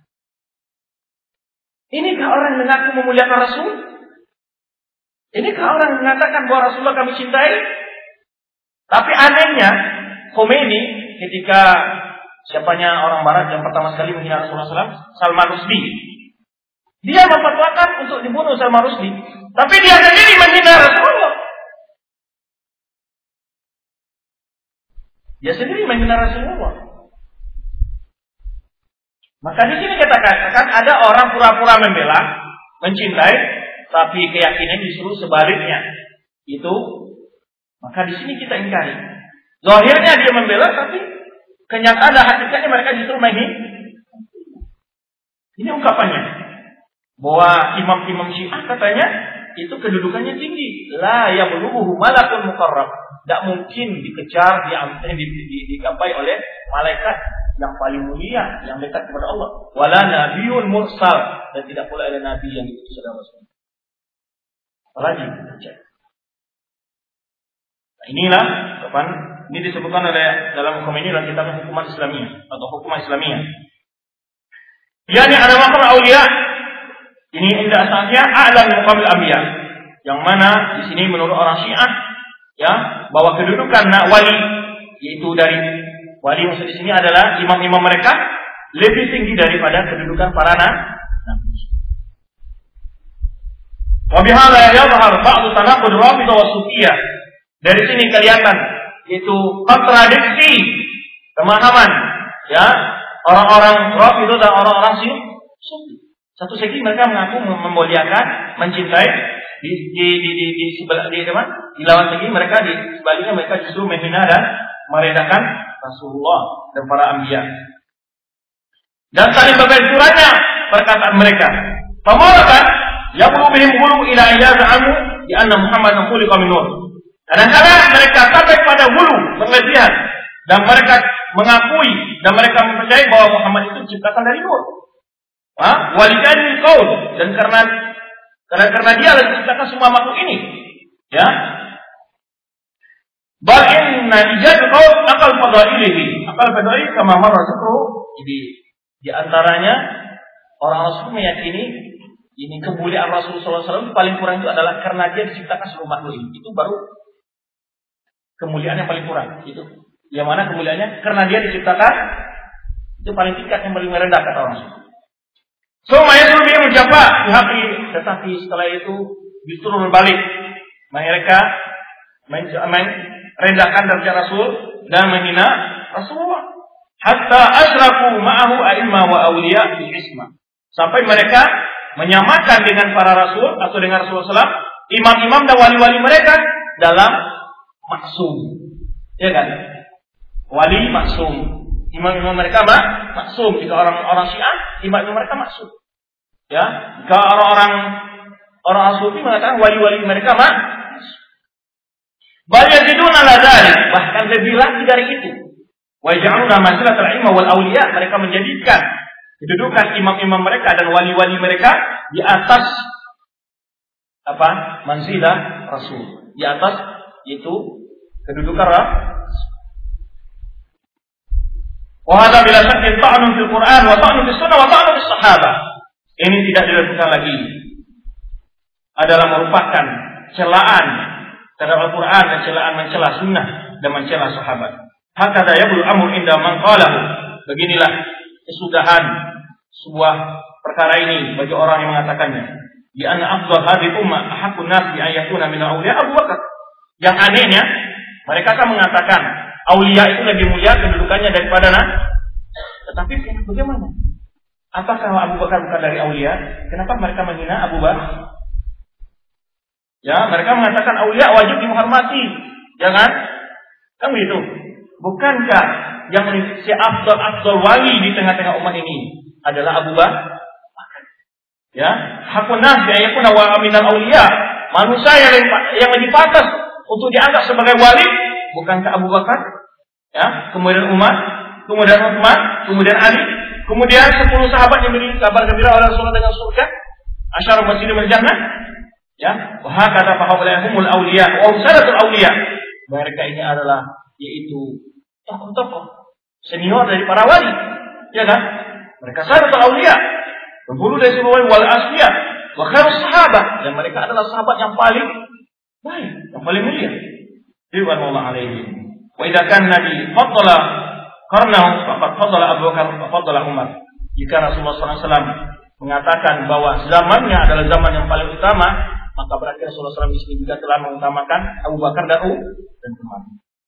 S1: Inikah orang mengaku memuliakan Rasul? Inikah orang mengatakan bahwa Rasulullah kami cintai? Tapi anehnya Khomeini ketika siapanya orang barat yang pertama sekali menghina Rasulullah SAW, Salman Rushdie, dia memfatwakan untuk dibunuh Salman Rushdie, tapi dia sendiri menghina Rasulullah. Dia sendiri menghina Rasulullah. Maka di sini kita katakan ada orang pura-pura membela, mencintai, tapi keyakinan disuruh sebaliknya. Itu, maka di sini kita ingkari. Zahirnya dia membela, tapi kenyataan dan hakikatnya mereka justru menghina. Ini ungkapannya. Bahwa imam-imam Syiah katanya itu kedudukannya tinggi. La yablughu malakul muqarrab. Tidak mungkin dikejar, digapai oleh malaikat yang paling mulia, yang dekat kepada Allah. Wala nabiyyun mursal, dan tidak pula ada nabi yang diutus oleh Allah. Apalagi terjadi. Nah, inilah kapan ini disebutkan oleh dalam Khomeini dalam kitab Hukuman Islamiyah atau Hukuman Islamiyah. Yani ada maqam auliya. Ini indah asalnya a'lam muqabil anbiya. Yang mana di sini menurut orang Syiah, ya, bahwa kedudukan wali, yaitu dari wali maksud di sini adalah imam-imam mereka lebih tinggi daripada kedudukan para nabi. Wa bihadza yadhhar ba'd tanaqud Rafidhah wa Sufiyah. Dari sini kelihatan itu kontradiksi pemahaman, ya, orang-orang Rafidhah dan orang-orang Sufi. Satu segi mereka mengaku memuliakan, mencintai, di lawan segi mereka di sebaliknya mereka justru menghina dan merendahkan Rasulullah dan para anbiya. Dan saling berbenturannya perkataan mereka. Pemulakan yang bihim hulu ila ijaza'amu di anna Muhammadan khuliqa min nur. Kadang-kadang mereka sampai pada hulu berlebihan dan mereka mengakui dan mereka mempercayai bahwa Muhammad itu diciptakan dari nur. Walikani qaul, dan karena dia adalah diciptakan semua makhluk ini, ya. Bal inna ijad qaul akal fadailihi, akal fadail kama marra dzikru. Jadi di antaranya orang Rasul meyakini ini kemuliaan Rasulullah SAW paling kurang itu adalah karena dia diciptakan seluruh makhluk ini. Itu baru kemuliaan yang paling kurang. Itu yang mana kemuliaannya karena dia diciptakan itu paling tingkat yang paling merendah kata orang Rasul. So mayasur bihim jafa bihaqi, tetapi setelah itu justru berbalik, mereka merendahkan derajat Rasul dan menghina Rasulullah. Hatta asyraku ma'ahu a'imma wa awliya bil isma, sampai mereka menyamakan dengan para rasul atau dengan Rasulullah SAW imam-imam dan wali-wali mereka dalam maksum, ya kan? Wali maksum. Imam-imam mereka maksum. Jika orang-orang Syiah, imam-imam mereka maksum. Ya, jika orang Sufi mengatakan wali-wali mereka maksum. Bal yaziduna ala dzalik, bahkan lebih lagi dari itu. Wa ja'aluna manzilatal ilma wal auliya, mereka menjadikan kedudukan imam-imam mereka dan wali-wali mereka di atas manzilah Rasul. Di atas itu kedudukan Rasul. Wahada bila syakin ta'nun fil Quran wa ta'nun fis sunnah wa ta'nun fis sahabah. Ini tidak dilakukan lagi. Adalah merupakan celaan terhadap Al-Quran dan celaan mencela sunnah dan mencela sahabat. Hakada yabul amr inda man qalahu. Beginilah kesudahan sebuah perkara ini bagi orang yang mengatakannya. Di anna afdal hadhihi ummah ahaqqun nas bi ayatuna min awliya Abu Bakar. Yang anehnya, mereka kan mengatakan aulia itu lebih mulia kedudukannya daripada nabi. Tetapi bagaimana? Apakah Abu Bakar bukan dari aulia? Kenapa mereka menghina Abu Bakar? Ya, mereka mengatakan aulia wajib dihormati, ya kan? Kan begitu. Bukankah yang si afdal wali di tengah-tengah umat ini adalah Abu Bakar? Ya, hakun nas ayakuna wa minal aulia. Manusia yang lebih pantas untuk dianggap sebagai wali bukankah Abu Bakar? Ya, kemudian Umar, kemudian Utsman, kemudian Ali, kemudian 10 sahabat yang diberi kabar gembira oleh Rasulullah dengan surga, asyarul masyidil jannah. Ya, wa hakata fa haulahumul auliya wa usaratul auliya. Mereka ini adalah yaitu tokoh-tokoh senior dari para wali, ya kan? Mereka saratul auliya, berbulu dari seluruh wal asliya, wa khairus sahabat, dan mereka adalah sahabat yang paling baik, yang paling mulia. Ridwanullah alaihi. Wa idza kan nabi faddala qarnahu faqad faddala Abu Bakar wa faddala Umar. Jika Rasulullah SAW mengatakan bahwa zamannya adalah zaman yang paling utama, maka berarti Rasulullah SAW di sini juga telah mengutamakan Abu Bakar dan Umar.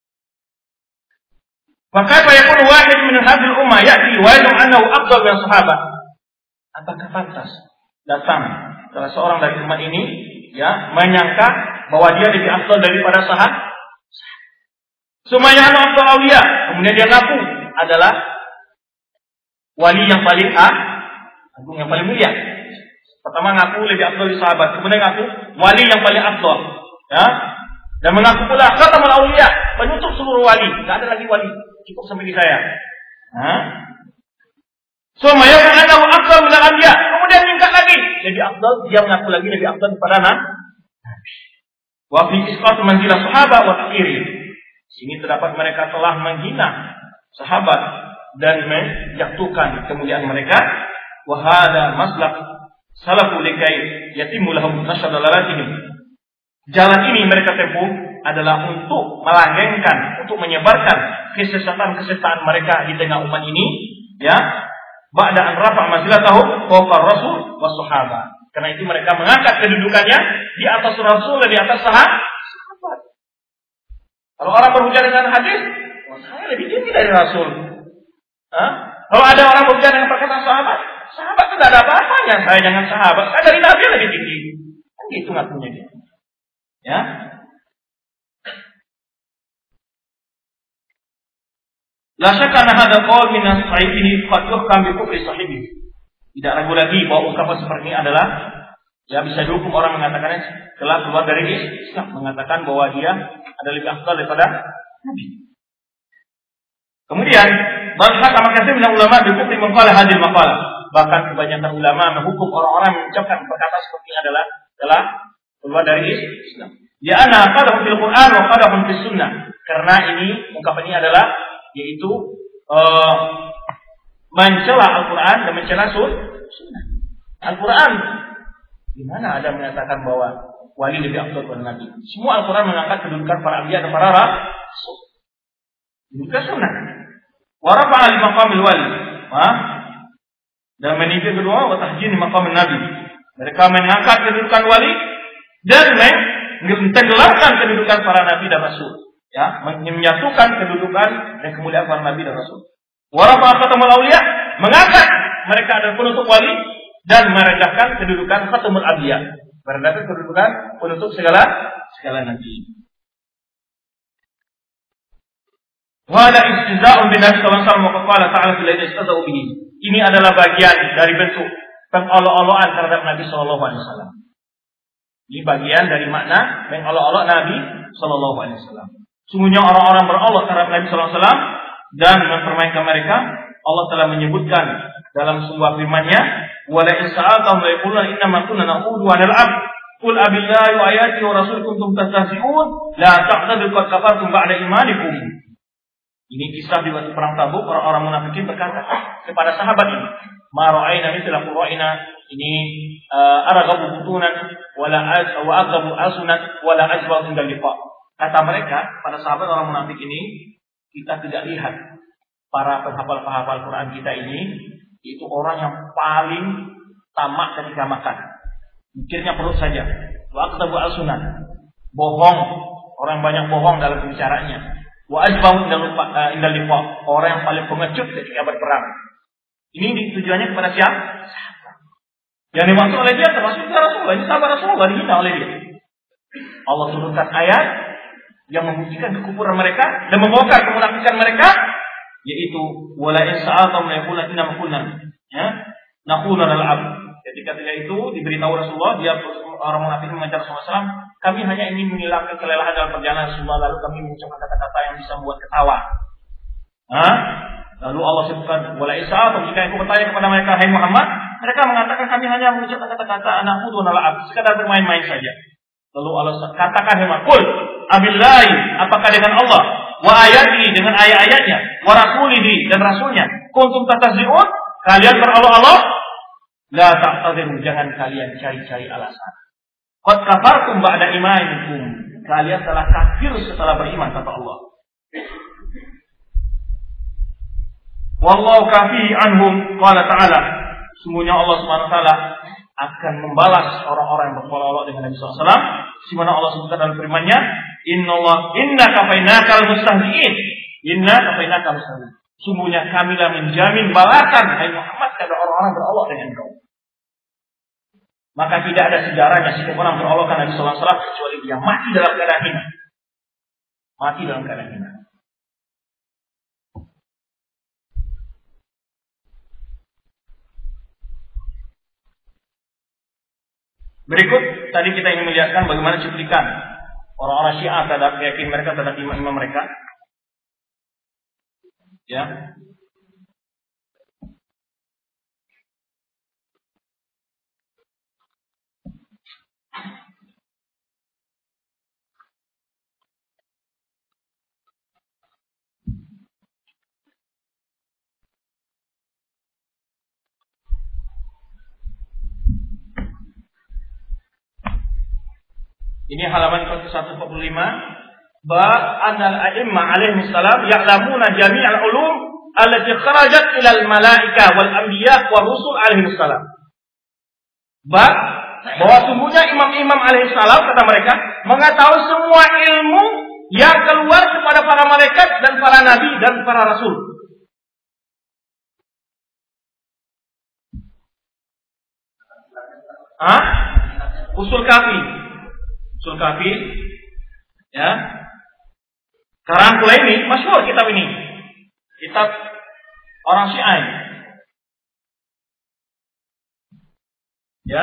S1: Maka yakun wahid min hadhihi ummah ya'ti wa yad'u annahu afdal min sahabat. Apakah pantas datang salah seorang dari umat ini ya menyangka bahwa dia lebih afdal daripada sahabat? Semuanya afdal auliya, kemudian dia ngaku adalah wali yang paling agung, yang paling mulia. Pertama ngaku lebih afdal dari sahabat, kemudian ngaku wali yang paling afdal, ya. Dan mengaku pula khatamul auliya, penutup seluruh wali, enggak ada lagi wali, cukup sampai di saya. Semuanya anahu afdal min al-anbiya, kemudian tingkat lagi lebih afdal, dia mengaku lagi lebih afdal daripada nabi. Wa fi isqat manzilah sahabat wa takhiri. Sini terdapat mereka telah menghina sahabat dan menjatuhkan kemuliaan mereka. Wa hada maslak salafu likai yatimu lahum nasyadalalatihim. Jalan ini mereka tempuh adalah untuk melanggengkan, untuk menyebarkan kesesatan-kesesatan mereka di tengah umat ini, ya. Ba'da an rafa' manzilatahum fawqa rasul was sahabat. Karena itu mereka mengangkat kedudukannya di atas Rasul dan di atas sahabat. Kalau orang berbicara dengan hadis, saya lebih tinggi dari Rasul. Kalau ada orang berbicara dengan perkataan sahabat tidak ada apa-apanya. Saya jangan sahabat, saya dari Nabi lebih tinggi. Kan gitu ngakunya dia. Ya. La syakka anna hadha qaul min as-sahibihi qad yuhkam bi kufri sahibihi. Tidak ragu lagi bahwa ungkapan seperti ini adalah ya bisa dihukum orang mengatakannya telah keluar dari Islam, mengatakan bahwa dia adalah lebih afdal daripada Nabi. Kemudian bahkan sama kasih ulama bi kufri maqala hadil maqala. Bahkan kebanyakan ulama menghukum orang-orang yang mengucapkan perkataan seperti ini adalah telah keluar dari Islam. Ya ana qadahum fil Qur'an wa qadahum fis sunnah. Karena ini ungkapan ini adalah yaitu mencela Al-Quran dan mencela Sunnah. Al-Quran di mana ada menyatakan bahwa wali lebih afdal daripada Nabi? Semua Al-Quran mengangkat kedudukan para anbiya dan para rasul. Juga Sunnah. Wa rafa'a li maqamil wali. Dan meninggi kedua wa tahjin maqamil Nabi. Mereka mengangkat kedudukan wali dan mentenggelamkan kedudukan para nabi dan rasul. Ya, menyatukan kedudukan dan kemuliaan para nabi dan rasul. Wa rafa'a khatamul auliya, mengangkat mereka adalah penutup wali dan merendahkan kedudukan khatamul anbiya, merendahkan kedudukan penutup segala nabi. Wa la istiza'un bin Nabi sallallahu alaihi wasallam wa qala ta'ala fil ladzi istaza'u bihi. Ini adalah bagian dari bentuk pengolok-olokan terhadap Nabi sallallahu alaihi wasallam. Ini bagian dari makna mengolok-olok Nabi sallallahu alaihi wasallam. Sungguhnya orang-orang berolok terhadap Nabi sallallahu alaihi wasallam dan mempermainkan mereka, Allah telah menyebutkan dalam sebuah firman-Nya, "Wa la in sa'altahum la yaquluna inna ma kunna na'udu wa nal'ab. Qul abillahi wa ayatihi wa rasulihi kuntum tastahzi'un, la ta'tadiru qad kafartum ba'da imanikum." Ini kisah di waktu perang Tabuk, orang-orang munafikin berkata kepada sahabat ini, "Ma ra'ayna mithla qura'ina ini araghabu butunan wala wa aqabu asunat wala ajbal indal liqa." Kata mereka pada sahabat orang munafik ini, kita tidak lihat para penghafal-penghafal Quran kita ini itu orang yang paling tamak ketika makan, Mikirnya perut saja. Wa aqtabu al-sunan. Bohong. Orang banyak bohong dalam pembicaranya. Wa ajbahu indal liqa. Orang yang paling pengecut ketika berperang. Ini tujuannya kepada siapa? Yang dimaksud oleh dia termasuk Rasulullah. Ini sahabat Rasulullah dihina oleh dia. Allah turunkan ayat yang membuktikan kekufuran mereka dan membongkar kemunafikan mereka, yaitu wala in sa'atum la yaquluna inna kunna naqulu al-ab. Ketika itu diberitahu Rasulullah, dia orang munafik mengajar Rasulullah, kami hanya ingin menghilangkan kelelahan dalam perjalanan Rasulullah, lalu kami mengucapkan kata-kata yang bisa membuat ketawa. Lalu Allah sebutkan wala in sa'atum, jika aku bertanya kepada mereka, hai Muhammad, mereka mengatakan kami hanya mengucapkan kata-kata naqulu al-ab, sekadar bermain-main saja. Lalu Allah katakan, qul abillahi, apakah dengan Allah, wa ayati, dengan ayat-ayatnya, wa rasulihi, dan rasulnya, kuntum tatazzi'un, kalian berolok-olok, la ta'tadiru, jangan kalian cari-cari alasan. Qad kafartum ba'da imanikum, kalian telah kafir setelah beriman, kata Allah. Wallahu kafi anhum, qala ta'ala, sungguhnya Allah Subhanahu wa taala akan membalas orang-orang yang berolok-olok dengan Nabi sallallahu alaihi wasallam. Sebagaimana Allah sebutkan dalam firman-Nya, inna kafainakal mustahzi'in. Inna kafainakal mustahzi'in. Sungguhnya kamilah menjamin balasan hai Muhammad kepada orang-orang berolok dengan kau. Maka tidak ada sejarahnya setiap orang berolok dengan Nabi sallallahu alaihi wasallam kecuali dia mati dalam keadaan hina. Mati dalam keadaan hina. Berikut tadi kita ingin melihatkan bagaimana cuplikan orang-orang Syiah terhadap keyakinan mereka terhadap imam-imam mereka. Ya. Ini halaman 145. Bab anal a'imma alaihi salam ya'lamuna jami'al ulum allati kharajat ilal malaika wal anbiya wa rusul alaihi salam. Bab bahwa sungguhnya imam-imam alaihi salam, kata mereka, mengetahui semua ilmu yang keluar kepada para malaikat dan para nabi dan para rasul. Usul kafi, ya. Karangkul ini masyhur kitab ini. Kitab orang Syiah. Ya.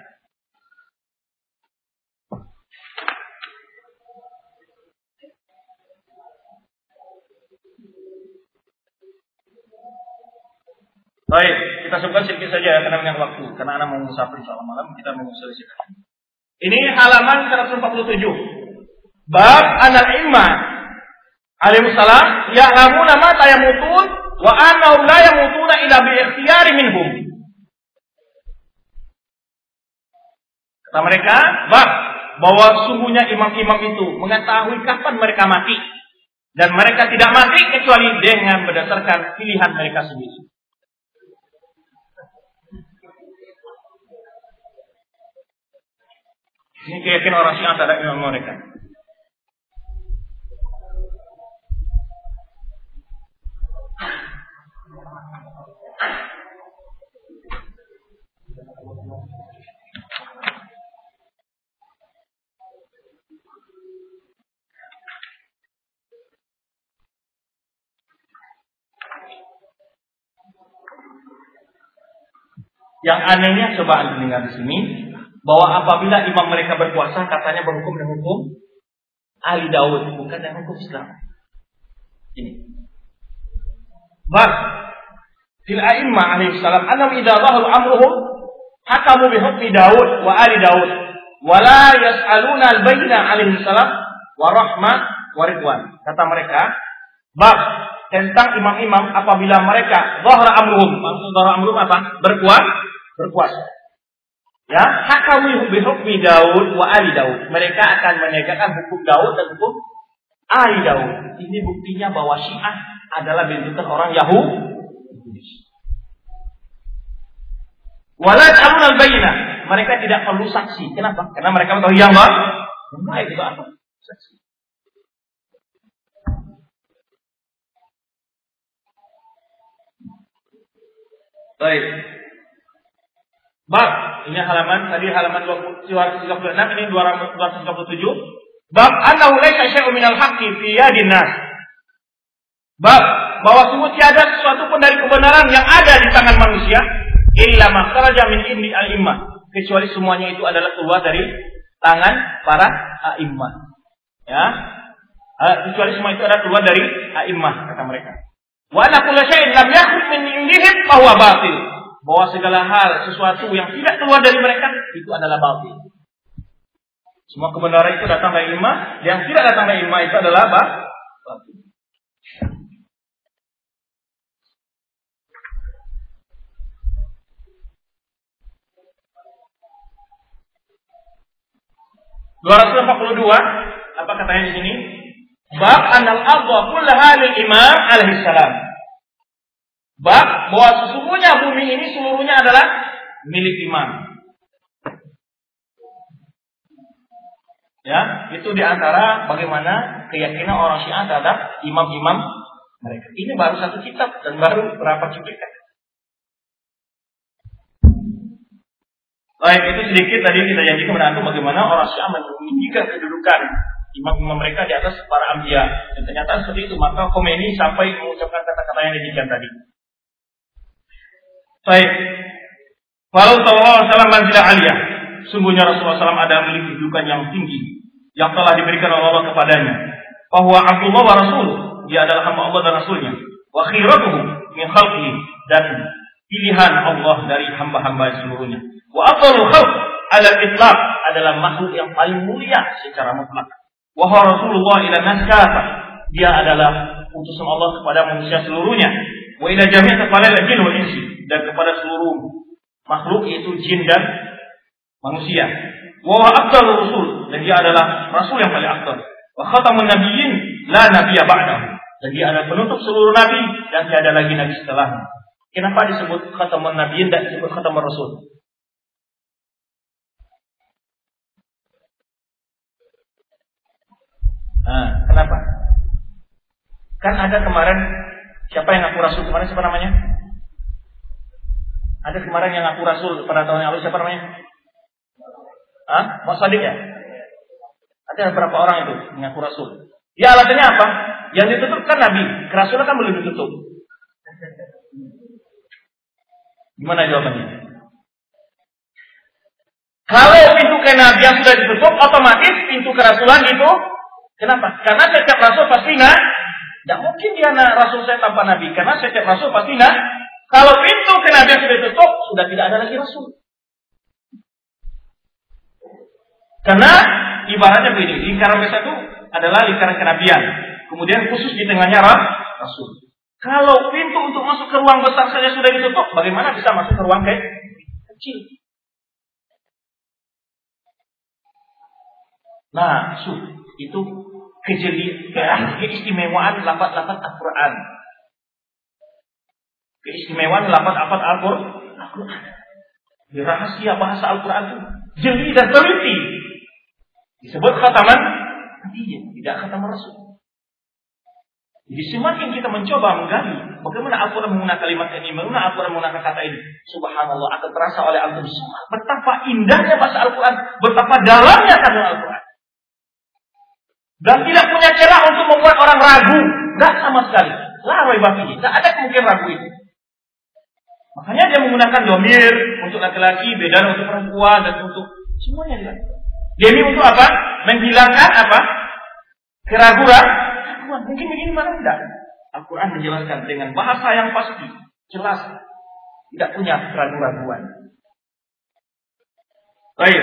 S1: Baik, kita sebutkan sedikit saja karena dengan waktu. Karena anak mau musafir insyaallah malam, kita mau selesaikan. Ini halaman 147. Bab anal imma alaihi salam ya'lamuna ma yamutun wa annahum la yamutuna illa bi ikhtiyari minhum. Kata mereka, bahwa sungguhnya imam-imam itu mengetahui kapan mereka mati dan mereka tidak mati kecuali dengan berdasarkan pilihan mereka sendiri. Ini keyakinan orang Syiah terhadap imam mereka. Yang anehnya coba Anda dengar di sini, bahwa apabila imam mereka berpuasa, katanya berhukum dengan hukum Ali Daud, bukan dengan hukum Islam. Ini. Bab fil a'imma alaihi salam annahum idza dhaharu amruhum hakamu bi hukmi Daud wa Ali Daud wa la yas'aluna al-bayyina alaihi salam wa rahmah wa ridwan. Kata mereka, bab tentang imam-imam apabila mereka dhahara amruhum, maksud dhahara amruhum apa? Berpuasa. Ya, hakamu bi hukmi Daud wa Ali Daud. Mereka akan menegakkan hukum Daud dan hukum Ali Daud. Ini buktinya bahwa Syiah adalah bentukan orang Yahudi. Wala ta'mun al-bayyinah. mereka tidak perlu saksi. Kenapa? Karena mereka mengetahui yang baik itu apa? Saksi. Baik. Bab, ini halaman 236, ini 237. Bab annahu laisa syai'un minal haqqi fi yadin nas. Bab bahwa sungguh tiada sesuatu pun dari kebenaran yang ada di tangan manusia illa ma kharaja min indi al-immah, kecuali semuanya itu adalah keluar dari tangan para a'immah. Ya. Kecuali semua itu adalah keluar dari a'immah, kata mereka. Wa anna kulla syai'in lam yakhruj min indihim fa huwa batil. Bahwa segala hal, sesuatu yang tidak keluar dari mereka itu adalah batil. Semua kebenaran itu datang dari imam, yang tidak datang dari imam itu adalah batil. Apa katanya di sini? Bab anal ardha kullaha lil imam alaihi salam. Bab bahwa sesungguhnya bumi ini seluruhnya adalah milik imam. Ya, itu diantara bagaimana keyakinan orang Syiah terhadap imam-imam mereka. Ini baru satu kitab dan baru berapa cuplikan. Baik, itu sedikit tadi kita janjikan menantu bagaimana orang Syiah meninggikan kedudukan imam-imam mereka di atas para anbiya. Dan ternyata seperti itu, maka Khomeini sampai mengucapkan kata-kata yang demikian tadi. Baik. Walau sallallahu alaihi wasallam manzilah aliyah. Sungguhnya Rasulullah SAW ada memiliki kedudukan yang tinggi yang telah diberikan oleh Allah kepadanya. Bahwa Abdullah wa Rasul, dia adalah hamba Allah dan Rasulnya. Wa khiratuhu min khalqihi, dan pilihan Allah dari hamba-hamba seluruhnya. Wa afdalul khalq ala al-itlaq, adalah makhluk yang paling mulia secara mutlak. Wa Rasulullah ila nas kafah, dia adalah utusan Allah kepada manusia seluruhnya. Wa ila jami' al jin wal insi, dan kepada seluruh makhluk yaitu jin dan manusia. Wa afdalur rusul, dan dia adalah rasul yang paling afdal. Wa khatamun nabiyyin la nabiyya ba'dahu, dan dia adalah penutup seluruh nabi dan tiada lagi nabi setelahnya. Kenapa disebut khatamun nabiyyin dan disebut khatamun rasul? Kenapa? Kan ada kemarin, siapa yang ngaku rasul kemarin, siapa namanya? Ada kemarin yang ngaku rasul pada tahun yang lalu, siapa namanya? Mas Sadiq ya? Ada berapa orang itu yang ngaku rasul? Ya alasannya apa? Yang ditutup kan nabi, kerasulan kan belum ditutup. Gimana jawabannya? Kalau pintu kenabian sudah ditutup, otomatis pintu kerasulan itu. Kenapa? Karena setiap rasul pasti tidak mungkin dia rasul saya tanpa nabi. Karena setiap rasul pasti kalau pintu kenabian sudah ditutup, sudah tidak ada lagi rasul. Karena ibaratnya begini, lingkaran besar itu adalah lingkaran kenabian. Kemudian khusus di tengahnya rasul. Kalau pintu untuk masuk ke ruang besar saja sudah ditutup, bagaimana bisa masuk ke ruang kecil? Nah, itu keistimewaan lafaz-lafaz Al-Quran. Keistimewaan lafaz-lafaz Al-Quran. Di rahasia bahasa Al-Quran itu jeli dan teliti. Disebut khataman nabiyyin, tidak khataman rasul. Jadi semakin kita mencoba menggali bagaimana Al-Quran menggunakan kalimat ini, bagaimana Al-Quran menggunakan kata ini, subhanallah, akan terasa oleh antum semua betapa indahnya bahasa Al-Quran, betapa dalamnya kandungan Al-Quran. Dan tidak punya celah untuk membuat orang ragu, tidak sama sekali. La raiba fihi, tidak ada kemungkinan ragu itu. Makanya dia menggunakan domir untuk laki-laki, beda untuk perempuan dan untuk semuanya dia. Demi untuk apa? Menghilangkan apa? Keraguan. Mungkin begini mana tidak? Al-Quran menjelaskan dengan bahasa yang pasti, jelas, tidak punya keraguan-keraguan. Baik.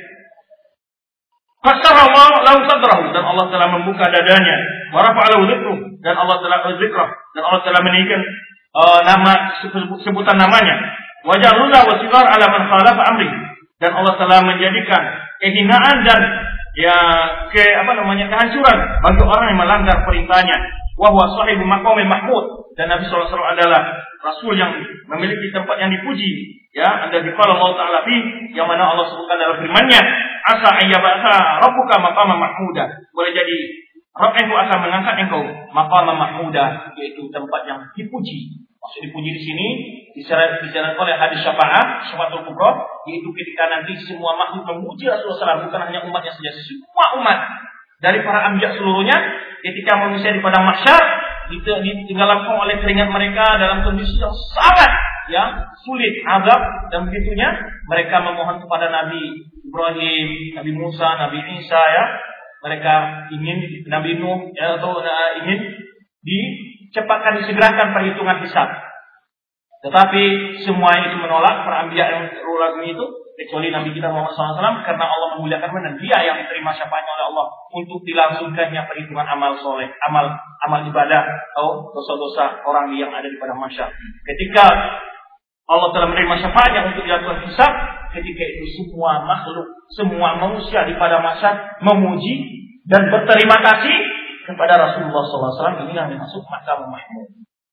S1: Fasarallahu lahu sadrahu, dan Allah telah membuka dadanya. Wa rafa'alahu dzikruh, dan Allah telah zikrah, dan Allah telah meninggikan nama sebutan namanya. Wa ja'alna wa sigar ala man khalafa amri, dan Allah telah menjadikan kehinaan dan kehancuran bagi orang yang melanggar perintahnya. wa huwa sahibu maqamil mahmud, dan Nabi sallallahu alaihi wasallam adalah rasul yang memiliki tempat yang dipuji, ya, ada di qala Allah taala fi, yang mana Allah sebutkan dalam firman-Nya, asa ayyabaka rabbuka maqaman mahmuda. Boleh jadi Rabb engkau akan mengangkat engkau maqaman mahmuda, yaitu tempat yang dipuji. Maksud dipuji di sini disarankan oleh hadis syafaatul kubra, yaitu ketika nanti semua makhluk memuji Rasulullah SAW, bukan hanya umatnya saja, semua umat dari para anbiya seluruhnya, ketika manusia di padang mahsyar ditenggelamkan oleh keringat mereka dalam kondisi yang sangat sulit, azab, dan begitunya mereka memohon kepada Nabi Ibrahim, Nabi Musa, Nabi Isa, mereka ingin Nabi Nuh, ingin dicepatkan, disegerakan perhitungan hisab. Tetapi semua itu menolak, para anbiya yang terlalu itu, kecuali Nabi kita Muhammad SAW, karena Allah memuliakan dan dia yang diterima syafaatnya oleh Allah untuk dilangsungkannya perhitungan amal soleh, amal ibadah atau dosa-dosa orang yang ada di padang mahsyar. Ketika Allah telah menerima syafaatnya untuk dilakukan hisab, ketika itu semua makhluk, semua manusia di padang mahsyar memuji dan berterima kasih kepada Rasulullah SAW. Ini yang dimaksud maqam mahmud.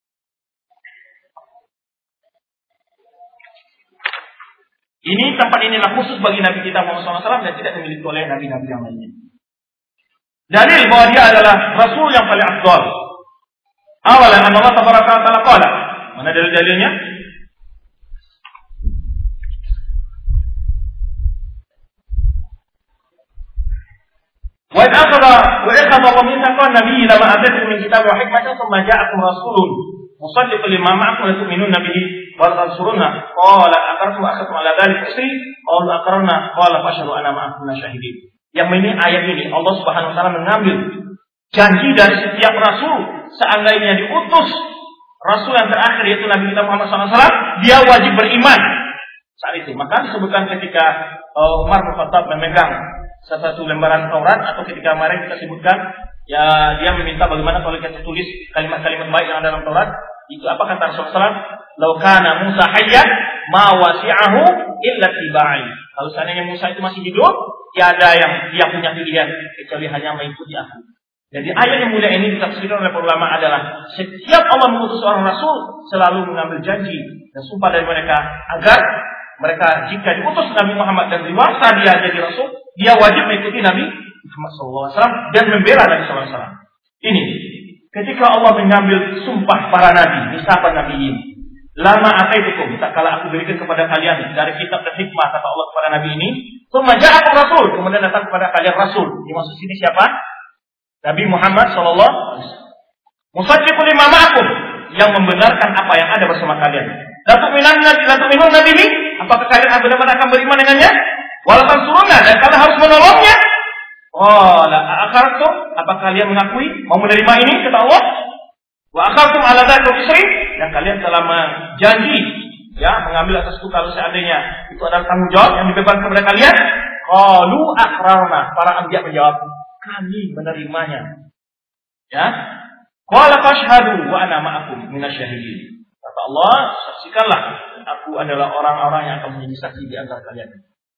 S1: Ini tempat inilah khusus bagi Nabi kita Muhammad SAW dan tidak dimiliki oleh nabi-nabi yang lainnya. Dalil bahwa dia adalah Rasul yang paling afdal. Awalan Allah tabaraka wa ta'ala qala. Mana dalil-dalilnya? Wa idh akhadha Allah mitsaqan nabiyyi lama ataakum min kitabin wa hikmatin thumma ja'akum rasulun musaddiqun lima ma'akum la tu'minunna bihi wa la tansurunna qala aqartum akhadtum ala dzalika isri qalu aqarna qala fashhadu ana ma'akum syahidin. Yang ini ayat ini Allah Subhanahu wa taala mengambil janji dari setiap rasul, seandainya diutus rasul yang terakhir yaitu Nabi kita Muhammad SAW, dia wajib beriman saat itu. Maka disebutkan ketika Umar bin Khattab memegang satu lembaran Taurat, atau ketika kemarin kita sebutkan dia meminta bagaimana kalau kita tulis kalimat-kalimat baik yang ada dalam Taurat. Itu apa kata Rasulullah SAW? Lau kana Musa hayyan ma wasi'ahu illa tiba'i. Kalau seandainya Musa itu masih hidup, tiada yang dia punya pilihan kecuali hanya mengikuti aku. Jadi ayat yang mulia ini ditafsirkan oleh para ulama adalah setiap Allah mengutus seorang rasul selalu mengambil janji dan sumpah dari mereka agar mereka jika diutus Nabi Muhammad dan dewasa dia jadi rasul, dia wajib mengikuti Nabi Muhammad SAW dan membela Nabi SAW. Ini ketika Allah mengambil sumpah para nabi, misalkan nabiin, lama ataitukum, tak kala aku berikan kepada kalian dari kitab dan hikmah, kata Allah kepada nabi ini, tsumma ja'akum rasul, kemudian datang kepada kalian rasul. Dimaksud sini siapa? Nabi Muhammad sallallahu alaihi wasallam. Musaddiqun lima ma'akum, yang membenarkan apa yang ada bersama kalian. La tu'minunna bihi, apakah kalian benar-benar akan beriman dengannya? Wa la tansurunna, dan kalian harus menolongnya. Qala a'aqartum, apa kalian mengakui mau menerima ini kata Allah? Wa aqartum ala dzalika isri, dan kalian telah menjanji mengambil atasku kalau seandainya itu adalah tanggung jawab yang dibebankan kepada kalian. Qalu aqrarna, para anbiya menjawab, kami menerimanya. Qala fashhadu wa ana ma'akum minasyahidin. Kata Allah, saksikanlah, aku adalah orang-orang yang akan menjadi saksi di antara kalian.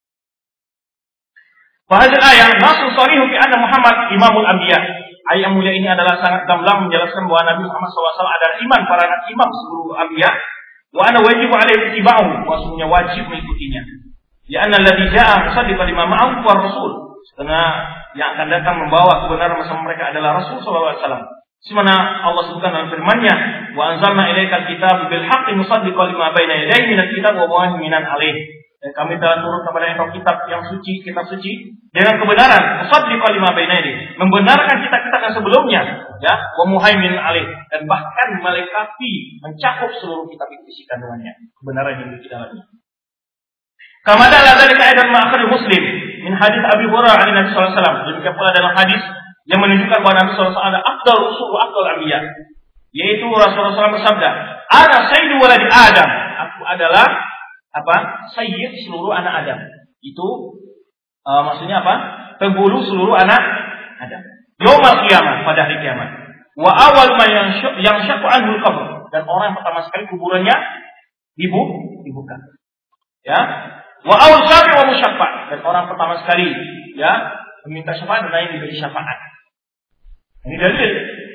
S1: Fahadil ayat nasun sharihu fi anna Muhammad imamul anbiya. Ayat yang mulia ini adalah sangat gamblang menjelaskan bahwa Nabi Muhammad SAW adalah para imam seluruh anbiya. Wa ana wajib alaihi ittiba'uhu, maksudnya wajib mengikutinya. Ya anna alladhi ja'a musaddiqan lima ma'ahu wa rasul. Karena yang akan datang membawa kebenaran bersama mereka adalah Rasul sallallahu alaihi wasallam. Semana Allah sebutkan dalam firman-Nya, wa anzalna ilaikal kitaba bil haqqi musaddiqan lima baina yadayhi minal kitab wa muhaiminan alaihi. Dan kami telah turun kepada engkau kitab yang suci, kitab suci dengan kebenaran, musaddiqan lima baina yadayhi, membenarkan kitab-kitab yang sebelumnya, wa muhaiminan alaihi, dan bahkan melengkapi, mencakup seluruh kitab itu isi kandungannya, kebenaran yang di dalamnya. Kama dalla dzalika aidan ma'akhir Muslim min hadis Abi Hurairah an Nabi sallallahu alaihi wasallam. Demikian pula dalam hadis yang menunjukkan bahwa Nabi sallallahu alaihi wasallam adalah afdal rusul wa afdal anbiya. Yaitu Rasulullah SAW bersabda, "Ana sayyidu waladi Adam." Aku adalah sayyid seluruh anak Adam. Itu maksudnya apa? Penghulu seluruh anak Adam. Yaumul qiyamah, pada hari kiamat. Wa awwal man yanshaqqu anhu al-qabr, dan orang yang pertama sekali kuburannya dibuka. Wa awal syafi' wa musyaffa', dan orang pertama sekali meminta syafaat dan lain diberi syafaat. Ini dalil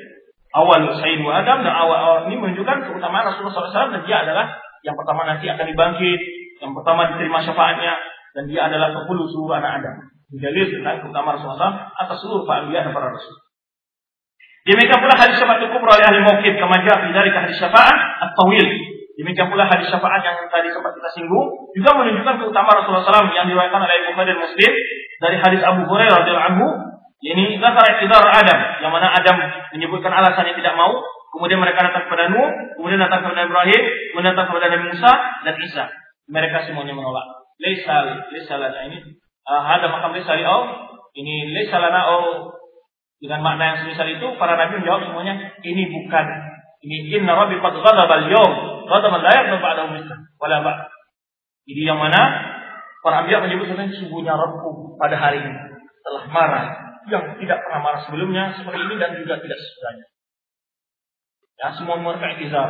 S1: awal Sayyid wa Adam, dan awal ini menunjukkan keutamaan Rasulullah SAW, dan dia adalah yang pertama nanti akan dibangkit, yang pertama diterima syafaatnya, dan dia adalah penghulu seluruh anak Adam. Dalil tentang keutamaan Rasulullah SAW atas seluruh para anbiya dan para rasul. Demikian pula hadis syafaat kubra oleh ahli mauqif, kama jaa fi dzalika hadis syafaat at-tawil. Demikian pula hadis syafaat yang tadi sempat kita singgung juga menunjukkan keutamaan Rasulullah SAW yang diriwayatkan oleh Bukhari dan Muslim dari hadis Abu Hurairah radhiyallahu anhu. Ini zakar iktidar Adam, yang mana Adam menyebutkan alasannya tidak mau, kemudian mereka datang kepada Nuh, kemudian datang kepada Ibrahim, kemudian datang kepada Nabi Musa dan Isa. Mereka semuanya menolak. Laisa lana ini ada makam laisa li ini laisa lana dengan makna yang semisal itu, para nabi menjawab semuanya, ini bukan, ini inna rabbi qad ghadaba al-yawm ghadaban la yaghdab ba'dahu mithlah wala ba'd. Jadi yang mana para anbiya menyebut sebenarnya sungguhnya Rabbku pada hari ini telah marah yang tidak pernah marah sebelumnya seperti ini dan juga tidak sesudahnya. Ya, semua mereka iktizar.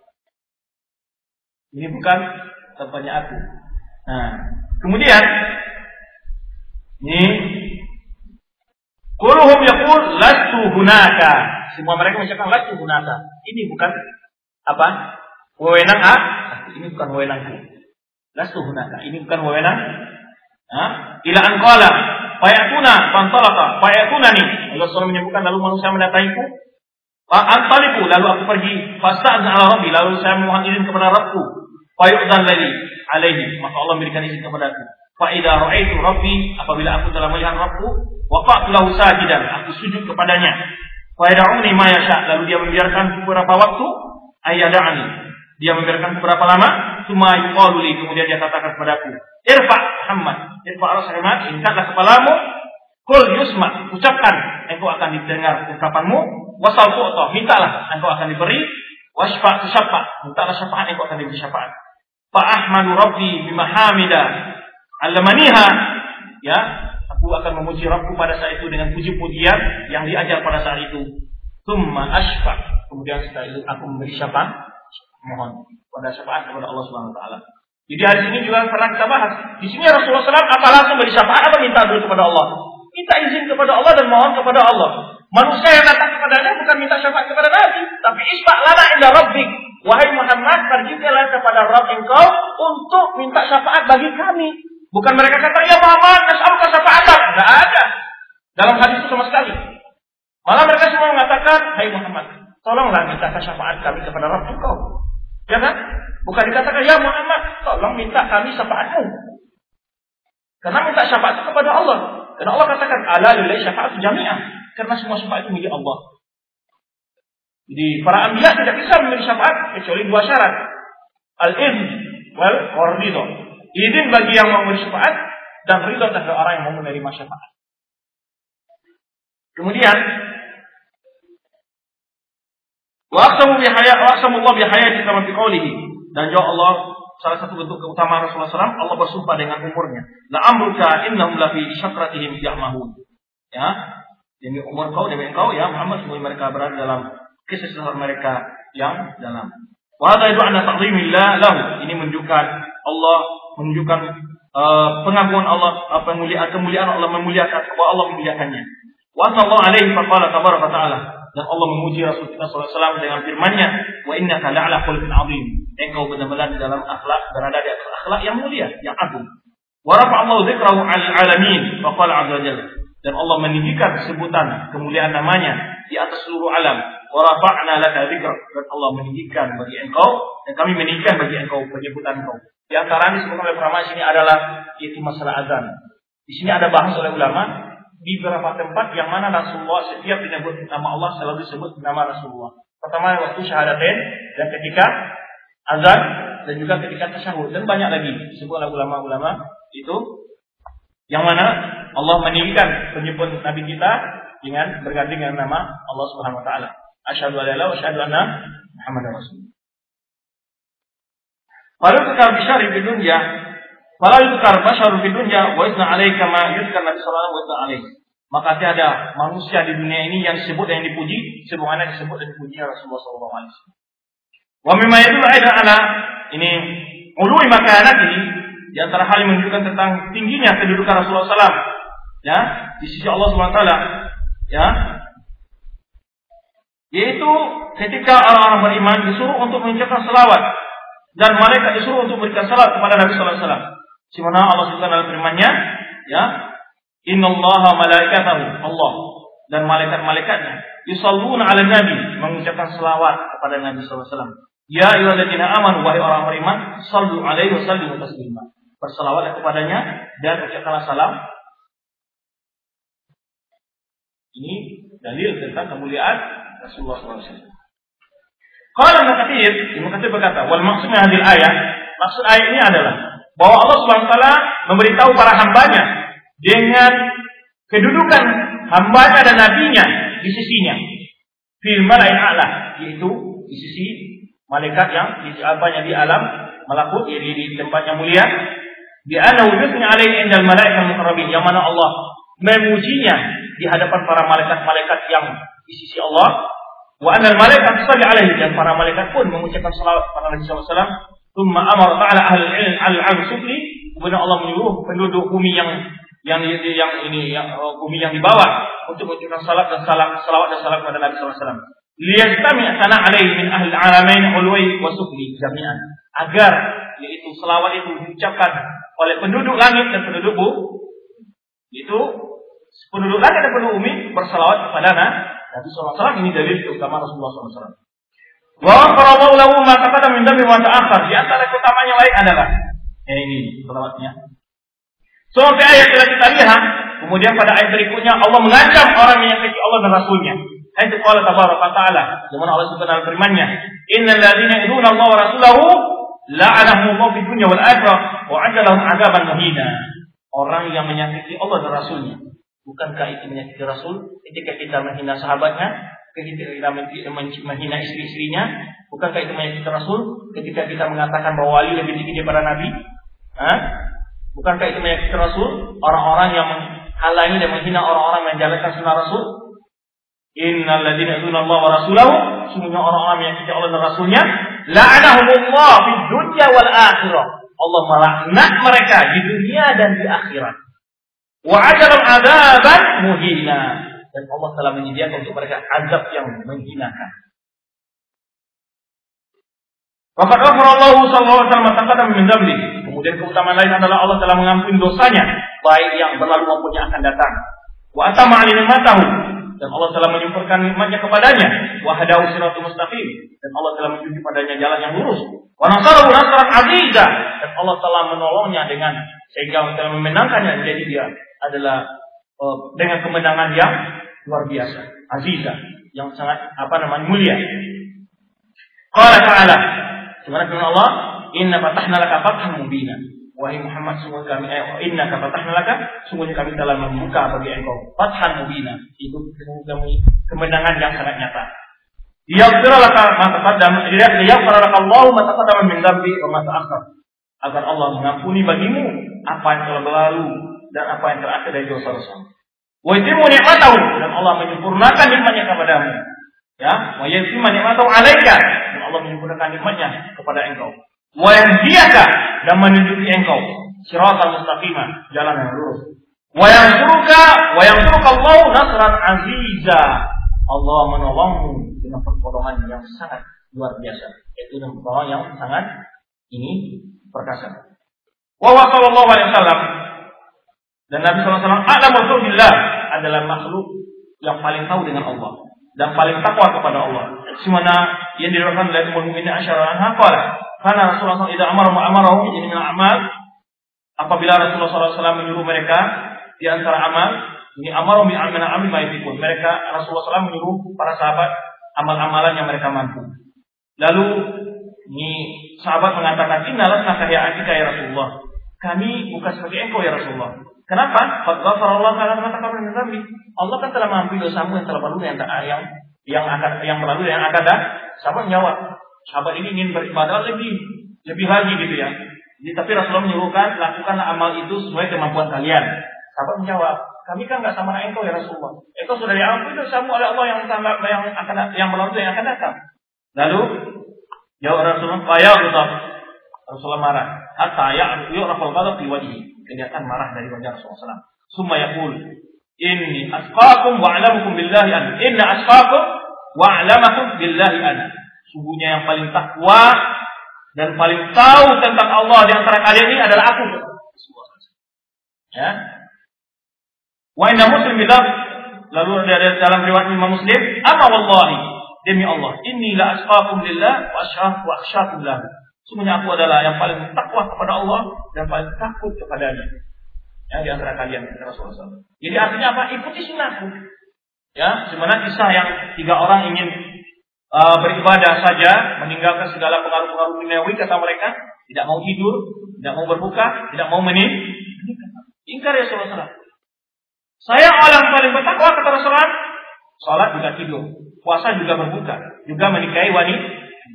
S1: Ini bukan tempatnya aku. Nah, kemudian ini kulluhum yaqul lastu hunaka. Semua mereka mengucapkan lastu hunaka. Ini bukan apa? Wewenang ini bukan wewenangku. Lastu hunaka. Ini bukan wewenang. Ila an qala fayatuna fantalaka fayatunani. Allah SWT menyebutkan lalu manusia mendatangiku. Antaliku lalu aku pergi. Fasta'zan ala rabbi lalu saya memohon izin kepada Rabbku. Fayu'dzan li alaihi maka Allah memberikan izin kepadaku. Fa idza ra'aitu rabbi apabila aku telah melihat Rabbku waqa'tu lahu sajidan aku sujud kepadanya. Fa yad'uni ma yasha lalu dia membiarkan beberapa waktu ayadani. Dia membiarkan beberapa lama summa yuqalu li kemudian dia katakan kepadaku irfa Muhammad irfa Rasulullah angkatlah kepalamu kul yusma ucapkan engkau akan didengar ucapanmu wasal tu'ta mintalah engkau akan diberi wasfa tusaffa mintalah syafaat engkau akan diberi syafaat fa ahmadu rabbi bimahamida allamaniha ya aku akan memuji Rabbku pada saat itu dengan puji-pujian yang diajar pada saat itu summa ashfa kemudian setelah itu aku memberi syafaat mohon pada syafaat kepada Allah Subhanahu wa taala. Jadi hari ini juga pernah kita bahas. Di sini Rasulullah SAW apa langsung beri syafaat apa minta dulu kepada Allah? Minta izin kepada Allah dan mohon kepada Allah. Manusia yang datang kepadanya bukan minta syafaat kepada Nabi, tapi isfa' lana inda rabbik. Wahai Muhammad, pergilah kepada Rabb engkau untuk minta syafaat bagi kami. Bukan mereka kata, ya Muhammad, nas'aluka syafa'atak. Tidak ada dalam hadis itu sama sekali. Malah mereka semua mengatakan, hai Muhammad, tolonglah minta syafaat kami kepada Rabb engkau. Ya kan? Bukan dikatakan, ya Muhammad, tolong minta kami syafaatmu. Karena minta syafaat itu kepada Allah. Karena Allah katakan, ala lillahi syafa'atu jami'ah. Karena semua syafaat itu milik Allah. Jadi para anbiya tidak bisa memberi syafaat kecuali dua syarat. Al-idn wal ridho. Izin bagi yang mau memberi syafaat dan ridho terhadap orang yang mau menerima syafaat. Kemudian waqsamu Allah bihayati kama fi qoulihi dan jawab Allah salah satu bentuk keutamaan Rasulullah SAW Allah bersumpah dengan umurnya. La amruka innahum la fi syakratihim ya'mahun. Ya, demi umur kau demi engkau ya Muhammad semua mereka berada dalam kesesatan mereka yang dalam. Wa hadza yad'u ta'zimillah lahu. Ini menunjukkan Allah menunjukkan pengagungan Allah, kemuliaan Allah memuliakan bahwa Allah memuliakannya. Wa sallallahu alaihi wa tabaraka ta'ala. Dan Allah memuji Rasul kita SAW dengan firman-Nya, wa innaka la'ala khuluqin 'adzim. Engkau benar-benar di dalam akhlak berada di atas akhlak yang mulia, yang agung. Wa rafa'allahu dzikrahu 'alal 'alamin, wa qala 'azza wa jalla. Dan Allah meninggikan sebutan kemuliaan namanya di atas seluruh alam. Wa rafa'na laka dzikrak. Dan Allah meninggikan bagi engkau dan kami meninggikan bagi engkau penyebutan engkau. Di antara disebutkan oleh ulama sini adalah itu masalah azan. Di sini ada bahas oleh ulama di beberapa tempat yang mana Rasulullah setiap menyebut nama Allah selalu disebut nama Rasulullah. Pertama waktu syahadatain dan ketika azan dan juga ketika tasyahud dan banyak lagi disebut oleh ulama-ulama itu yang mana Allah meninggikan penyebut Nabi kita dengan berganti dengan nama Allah Subhanahu wa taala. Asyhadu an la ilaha illallah wa asyhadu anna Muhammadar Rasulullah. Walau tukar bisyari di dunia, walau tukar basyar di dunia, wa isna alaika ma yuzkar Nabi sallallahu alaihi wasallam. Maka tiada manusia di dunia ini yang disebut dan yang dipuji sebagaimana disebut dan dipuji Rasulullah sallallahu alaihi wasallam. Wa mimma yadullu aidan ala ini ului makanatihi di antara hal yang menunjukkan tentang tingginya kedudukan Rasulullah SAW ya di sisi Allah Subhanahu wa taala ya Yaitu ketika orang-orang beriman disuruh untuk mengucapkan selawat dan malaikat disuruh untuk memberikan salat kepada Nabi sallallahu alaihi wasallam. Dimana Allah sebutkan dalam firman-Nya, ya, innallaha malaikatahu, Allah dan malaikat-malaikatnya yusalluna 'alan nabi, mengucapkan selawat kepada Nabi sallallahu alaihi wasallam. Ya ayyuhalladzina amanu, wahai orang beriman, sallu alaihi wa sallimu taslima. Berselawatlah kepadanya dan ucapkanlah salam. Ini dalil tentang kemuliaan Rasulullah SAW. Qala Ibnu Katsir berkata, wal maksud hadil ayat, maksud ayat ini adalah bahwa Allah Subhanahu wa taala memberitahu para hambanya dengan kedudukan hambanya dan nabinya di sisinya. Fil mala'il a'la, yaitu di sisi malaikat yang di alam malakut, di tempat yang mulia. Bi anna wujudnya alaihi indal malaikatil muqarrabin, yang mana Allah memujinya di hadapan para malaikat-malaikat yang di sisi Allah. Wa anal malaikat tusalli alaihi, dan para malaikat pun mengucapkan salawat kepada Nabi sallallahu alaihi wasallam. Tsumma amara ta'ala ahlul ilm al-sufli, kemudian Allah menyuruh penduduk bumi yang bumi yang di bawah untuk mengucapkan salat dan salawat dan salam kepada Nabi sallallahu alaihi wasallam. Liyastami' sana alaihi min ahli al-alamain ulwi wa sufli jami'an, agar yaitu selawat itu diucapkan oleh penduduk langit dan penduduk bumi, itu penduduk langit dan penduduk bumi bersalawat kepada Nabi SAW. Ini dalil utama Rasulullah SAW. Wa qara'u lahu ma taqaddama min dhanbi wa ta'akhkhar. Di antara keutamanya lain adalah ini salawatnya. Sampai ayat yang kita lihat, kemudian pada ayat berikutnya Allah mengancam orang yang menyakiti Allah dan Rasulnya. Ayat qala tabaraka ta'ala, di mana Allah sebutkan dalam firman-Nya, innal ladzina yu'minuna Allah wa rasulahu la'anahumullahu fid dunya wal akhirah wa 'adalahum 'adzaban muhina. Orang yang menyakiti Allah dan Rasulnya. Bukankah itu menyakiti Rasul ketika kita menghina sahabatnya, ketika kita menghina istri-istrinya? Bukankah itu menyakiti Rasul ketika kita mengatakan bahwa wali lebih tinggi daripada Nabi? Bukankah itu menyakiti Rasul? Orang-orang yang menghalangi dan menghina orang-orang yang menjalankan sunnah Rasul. Innal ladzina yu'minuna Allah wa rasulahu, sungguhnya orang-orang yang menyakiti Allah dan Rasulnya, la'anahumullah fid dunya wal akhirah. Allah melaknat mereka di dunia dan di akhirat. Wa ajarum adzaban muhina, dan Allah telah menyediakan untuk mereka azab yang menghinakan. Waqad ghafara Allah sallallahu alaihi wasallam taqaddam min dzambi. Kemudian keutamaan lain adalah Allah telah mengampuni dosanya, baik yang berlalu maupun yang akan datang. Wa atama 'alaihi ni'matahu, dan Allah telah menyempurnakan nikmatnya kepadanya. Wa hadahu siratal mustaqim, dan Allah telah menunjukkan padanya jalan yang lurus. Wa nasarahu nasran 'aziza, dan Allah telah menolongnya dengan sehingga Allah telah memenangkannya, jadi dia adalah dengan kemenangan yang luar biasa, azizah, yang sangat mulia. Qala ta'ala, sebenarnya firman Allah, inna fatahna laka fathan mubina. Wahai Muhammad, sungguh kami innaka fatahna laka, sungguhnya kami telah membuka bagi engkau fathan mubina, itu kemenangan yang sangat nyata. Yaghfir laka ma taqaddama, yaghfir laka Allah ma taqaddama min dhanbi wa ma ta'akhkhar, agar Allah mengampuni bagimu apa yang telah berlalu dan apa yang terakhir dari dosa-dosa. Wa yutimmu ni'matahu, dan Allah menyempurnakan nikmatnya kepadamu. Ya, wa yutimmu ni'matahu 'alaika, dan Allah menyempurnakan nikmatnya kepada engkau. Wa yahdiyaka, dan menunjuki engkau siratal mustaqimah, jalan yang lurus. Wa yansuruka Allah nasran 'aziza, Allah menolongmu dengan pertolongan yang sangat luar biasa, yaitu dengan pertolongan yang sangat perkasa. Wa sallallahu alaihi wasallam, dan Nabi sallallahu alaihi wasallam a'lamu billah, adalah makhluk yang paling tahu dengan Allah dan paling takwa kepada Allah. Semana yang diriwayatkan oleh Ummul Mukminin Aisyah anha qala, kana Rasulullah sallallahu alaihi wasallam idza amarahu min amal, apabila Rasulullah sallallahu alaihi wasallam menyuruh mereka di antara amal, ini amaru min amal ma yakun, mereka Rasulullah sallallahu menyuruh para sahabat amal-amalan yang mereka mampu. Lalu ini sahabat mengatakan, innalas nakaya atika ya Rasulullah, kami bukan sebagai engkau ya Rasulullah. Kenapa? Qad ghafarallahu lana ma taqaddama min dzambi. Allah kan telah mengampuni dosamu yang telah berlalu, yang berlalu yang akan datang. Sahabat menjawab, sahabat ini ingin beribadah lebih lagi gitu ya. Jadi tapi Rasulullah menyuruhkan, lakukanlah amal itu sesuai kemampuan kalian. Sahabat menjawab, kami kan enggak sama engkau ya Rasulullah. Engkau sudah diampuni dosamu oleh Allah yang berlalu yang akan datang. Lalu jawab Rasulullah, Rasulullah marah. Hatta yu'rafal ghadab fi wajhi, kelihatan marah dari wajah Rasulullah SAW. Summa yaqul, inni asqakum wa a'lamukum billahi an inna asqakum wa'lamakum billahi ana. Sungguhnya yang paling takwa dan paling tahu tentang Allah di antara kalian ini adalah aku. Ya. Wa inna Muslim bilang, lalu ada dalam riwayat Imam Muslim, "Amma wallahi, demi Allah, inni la asqakum lillah wa akhshakum lahu." Sungguhnya aku adalah yang paling takwa kepada Allah dan paling takut kepadanya. Ya, di antara kalian, Rasulullah SAW. Jadi artinya apa? Ikuti sunnahku. Ya, sebenarnya kisah yang 3 orang ingin beribadah saja, meninggalkan segala pengaruh-pengaruh duniawi, kata mereka, tidak mau tidur, tidak mau berbuka, tidak mau menikah. Ingkar ya Rasulullah SAW. Saya orang paling bertakwa, kata Rasulullah. Salat juga tidur, puasa juga berbuka, juga menikahi wanita.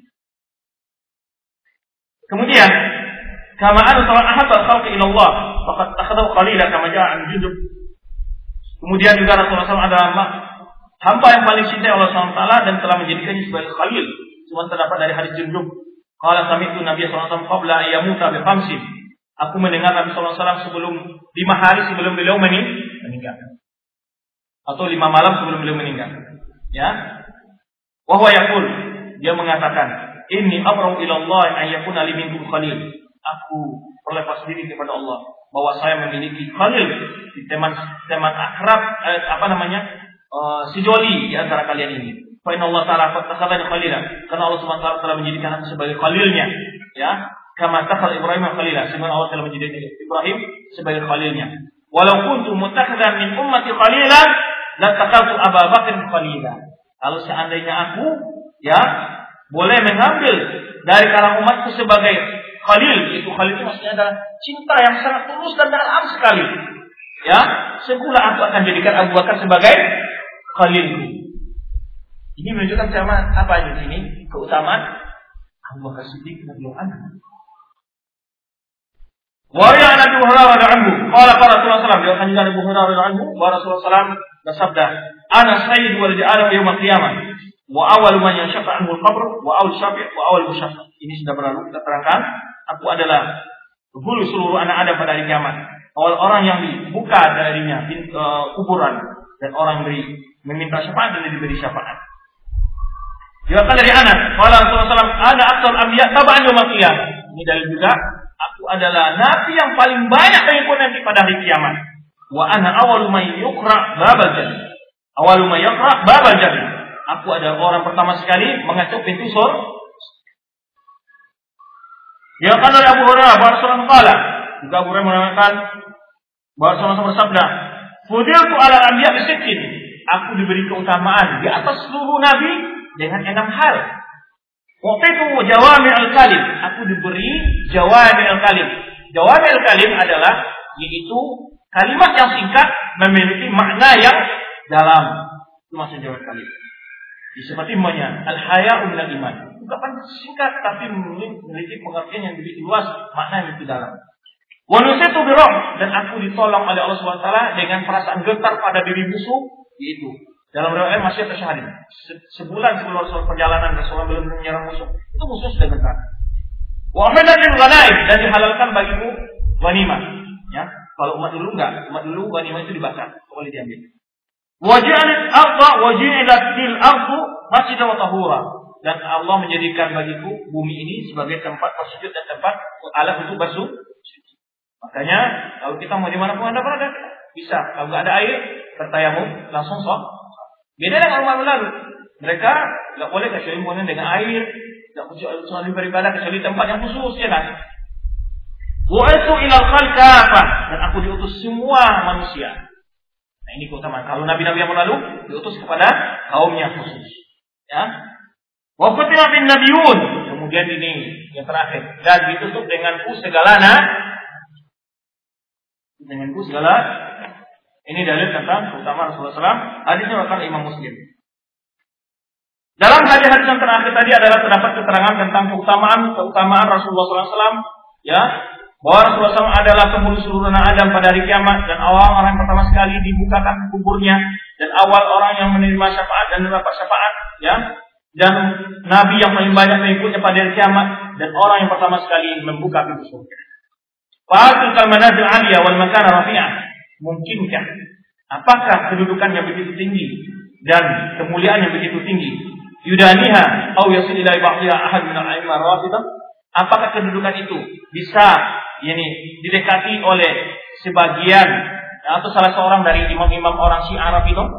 S1: Kemudian, kama an ahad al-khalqi ila Allah, faqad akhadahu qalilan kama jaa an Jundub. Kemudian juga Rasulullah SAW adalah hamba yang paling cinta Allah SWT dan telah menjadikannya sebagai khalil. Cuma terdapat dari hadis Jundub. Qala sami'tu Nabi SAW qabla ayyamuta bi khamsin. Aku mendengar Nabi SAW sebelum 5 hari sebelum beliau meninggal. Atau 5 malam sebelum beliau meninggal. Ya. Wa huwa yaqul, dia mengatakan, "Inni amru ila Allah an yakuna li minkum khalil." Aku berlepas diri kepada Allah bahwa saya memiliki khalil, teman akrab, sejoli di antara kalian ini. Fa inna Allah ta'ala fattakhadhani khalilan. Karena Allah Subhanahu wa ta'ala telah menjadikan aku sebagai khalilnya, ya. Kama takhal Ibrahim khalilan, sebagaimana Allah telah menjadikan Ibrahim sebagai khalilnya. Walau kuntu muttakhidhan min ummati khalilan, lattakhadtu Abu Bakr khalilan. Kalau seandainya aku, ya, boleh mengambil dari kalangan umatku sebagai khalil, itu khalil itu maksudnya adalah cinta yang sangat tulus dan dalam sekali. Ya, segala aku akan jadikan Abu Bakar sebagai khalilku. Ini menunjukkan sama apa di sini? Keutamaan Abu Bakar Siddiq radhiyallahu anhu. Wa ya Nabi Hurairah radhiyallahu anhu, qala Rasulullah sallallahu alaihi wasallam, Abu Hurairah radhiyallahu anhu, wa Rasulullah sallallahu alaihi wasallam bersabda, "Ana sayyid waladi Adam yaum al-qiyamah, wa awwalu man yanshaqqa anhu al-qabr, wa awwal syafi' wa awwal mushaffa." Ini sudah berlalu kita terangkan, aku adalah penghulu seluruh anak Adam pada hari kiamat. Awal orang yang dibuka darinya kuburan dan orang meminta syafaat dan diberi syafaat. Juga dari Anas, qala Rasulullah sallallahu alaihi wasallam, "Ana aktsarul anbiya tab'an yaum al-qiyamah." Ini dalil juga, aku adalah nabi yang paling banyak pengikut nanti pada hari kiamat. Wa ana awwalu man yuqra babal jannah. Awwalu man yaqra babal jannah. Aku adalah orang pertama sekali mengetuk pintu surga. Dia kan dari Abu Hurairah bahwa Rasulullah qala, juga Abu Hurairah mengatakan bahwa Rasulullah bersabda, "Fudiltu 'ala al-anbiya bi sittin." Aku diberi keutamaan di atas seluruh nabi dengan 6 hal. Waktu itu jawami al-kalim. Aku diberi jawami al-kalim. Jawami al-kalim adalah yaitu kalimat yang singkat memiliki makna yang dalam. Itu maksud jawami al-kalim. Seperti namanya al-haya'u minal iman. Bukan singkat tapi memiliki pengertian yang begitu luas, makna yang begitu dalam. Wa nusitu bi ruh, dan aku ditolong oleh Allah Subhanahu wa taala dengan perasaan getar pada diri musuh, yaitu dalam riwayat masih tersyahid. Sebulan sebelum Rasul perjalanan Rasulullah belum menyerang musuh, itu musuh sudah getar. Wa ahadatil ghanaim, dan dihalalkan bagimu ghanimah. Ya, kalau umat dulu enggak, umat dulu ghanimah itu dibakar, boleh diambil. Wajilat til ardu masjidan wa tahura, dan Allah menjadikan bagiku bumi ini sebagai tempat bersujud dan tempat alat untuk basuh. Makanya kalau kita mau di mana pun Anda berada, bisa. Kalau enggak ada air, bertayamum langsung sholat. Beda dengan umat lalu. Mereka enggak boleh kecuali dengan air, enggak kecuali beribadah kecuali tempat yang khusus, ya kan? Wa itu ilal khalqah, dan aku diutus semua manusia. Nah, ini keutamaan. Kalau nabi-nabi yang lalu diutus kepada kaumnya khusus. Ya. Wa kutiba bin nabiyun. Kemudian ini yang terakhir, dan ditutup denganku segala ini dalil tentang keutamaan Rasulullah SAW. Hadisnya akan Imam Muslim. Dalam hadis-hadis yang terakhir tadi adalah terdapat keterangan tentang keutamaan Rasulullah SAW. Ya, bahwa Rasulullah SAW adalah penghulu seluruh anak Adam pada hari kiamat, dan awal orang yang pertama sekali dibukakan kuburnya, dan awal orang yang menerima syafaat dan mendapat syafaat, ya, dan Nabi yang paling banyak mengikutnya pada hari kiamat, dan orang yang pertama sekali membuka pintu surga. Fa'atul manazil 'aliyah wal makana rafi'ah. Mungkinkah? Apakah kedudukan yang begitu tinggi dan kemuliaan yang begitu tinggi. Yudaniha au yasil ila ba'diha ahad min al-a'immah rafidah. Apakah kedudukan itu bisa didekati oleh sebagian atau salah seorang dari imam-imam orang Syiah Rafidah?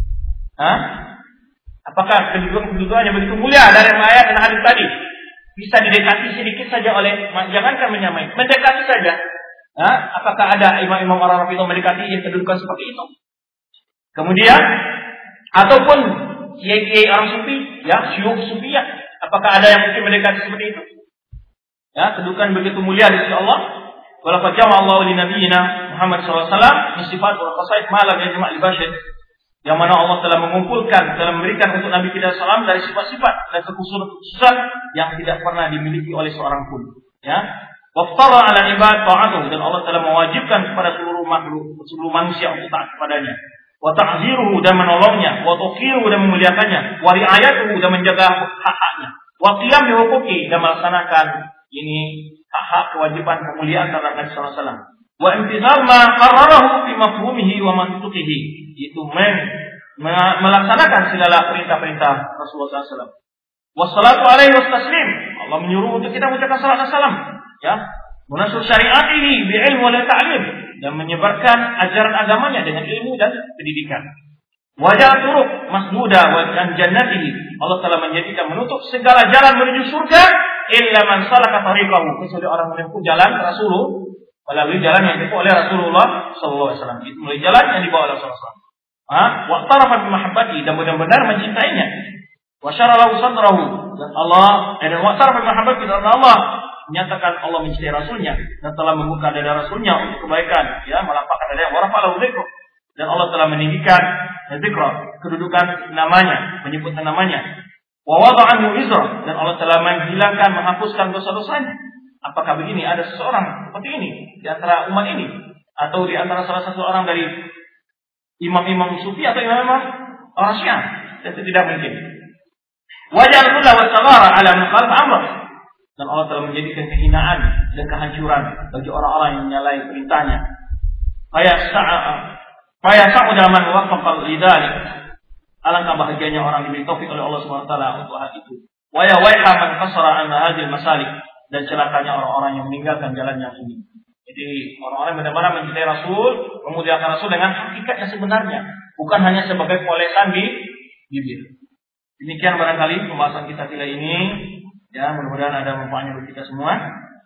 S1: Apakah kedudukannya begitu mulia dari ayat dan hadis tadi? Bisa didekati sedikit saja oleh, jangankan menyamai, mendekati saja. Apakah ada imam-imam orang Rafidah mendekati kedudukan seperti itu? Kemudian ataupun kiai-kiai orang sufi, syuyukh sufiyah, apakah ada yang mungkin mendekati seperti itu? Kedudukan begitu mulia di sisi Allah. Walaqad jama'a Allahu li nabiyyina Muhammad sallallahu alaihi wasallam min sifat wa khasaid ma lam yajma' li bashar. Yang mana Allah telah mengumpulkan, telah memberikan untuk Nabi kita sallallahu dari sifat-sifat dan kekhususan yang tidak pernah dimiliki oleh seorang pun. Waftara 'ala ibad ta'atuhu, dan Allah telah mewajibkan kepada seluruh makhluk, seluruh manusia untuk taat kepadanya. Wa ta'ziruhu, dan menolongnya, wa tuqiruhu, dan memuliakannya, wa ri'ayatuhu, dan menjaga hak-haknya, wa qiyam bi huquqi, dan melaksanakan hak-hak kewajiban kemuliaan terhadap Nabi sallallahu alaihi wasallam. Wa imtithal ma qarrarahu fi mafhumihi wa mantuqihi, itu melaksanakan segala perintah-perintah Rasulullah SAW. Wassalatu alaihi wastaslim, Allah menyuruh untuk kita mengucapkan salat dan salam, munasur syariatihi bi ilmi wa ta'lim, dan menyebarkan ajaran agamanya dengan ilmu dan pendidikan. Wajah turuk masduda wa jannatihi, Allah telah menjadikan menutup segala jalan menuju surga illa man salaka tariqahu, kecuali orang menempuh jalan Rasulullah, melalui jalan yang ditempuh oleh Rasulullah sallallahu alaihi wasallam, itu melalui jalan yang dibawa oleh Rasulullah. Wa tarafa bi mahabbati, dan benar-benar mencintainya. Wa syara lahu sadrahu, dan Allah wa tarafa bi mahabbati, dan Allah menyatakan Allah mencintai Rasulnya dan telah membuka dada Rasulnya untuk kebaikan, melampahkan dada. Wa rafa'ahu dzikra, dan Allah telah meninggikan dzikra, kedudukan namanya, menyebutkan namanya. Wa wada'anhu izra, dan Allah telah menghilangkan, menghapuskan dosa-dosanya. Apakah begini ada seseorang seperti ini di antara umat ini, atau di antara salah satu orang dari imam-imam sufi atau imam-imam orang Syiah? Itu tidak mungkin. Wajah Allah wa sabara ala man khalaf amr, dan Allah telah menjadikan kehinaan dan kehancuran bagi orang-orang yang menyalahi perintahnya. Faya sa'uda man waffaqa lidzalik, alangkah bahagianya orang diberi taufik oleh Allah Subhanahu wa taala untuk hal itu. Wa ya waiha man qasara an hadhil masalik, dan celakanya orang-orang yang meninggalkan jalan yang ini. Jadi orang-orang benar-benar mencintai Rasul, memuliakan Rasul dengan hakikat yang sebenarnya, bukan hanya sebagai polesan di bibir. Demikian barangkali pembahasan kita kali ini. Mudah-mudahan ada manfaatnya bagi kita semua.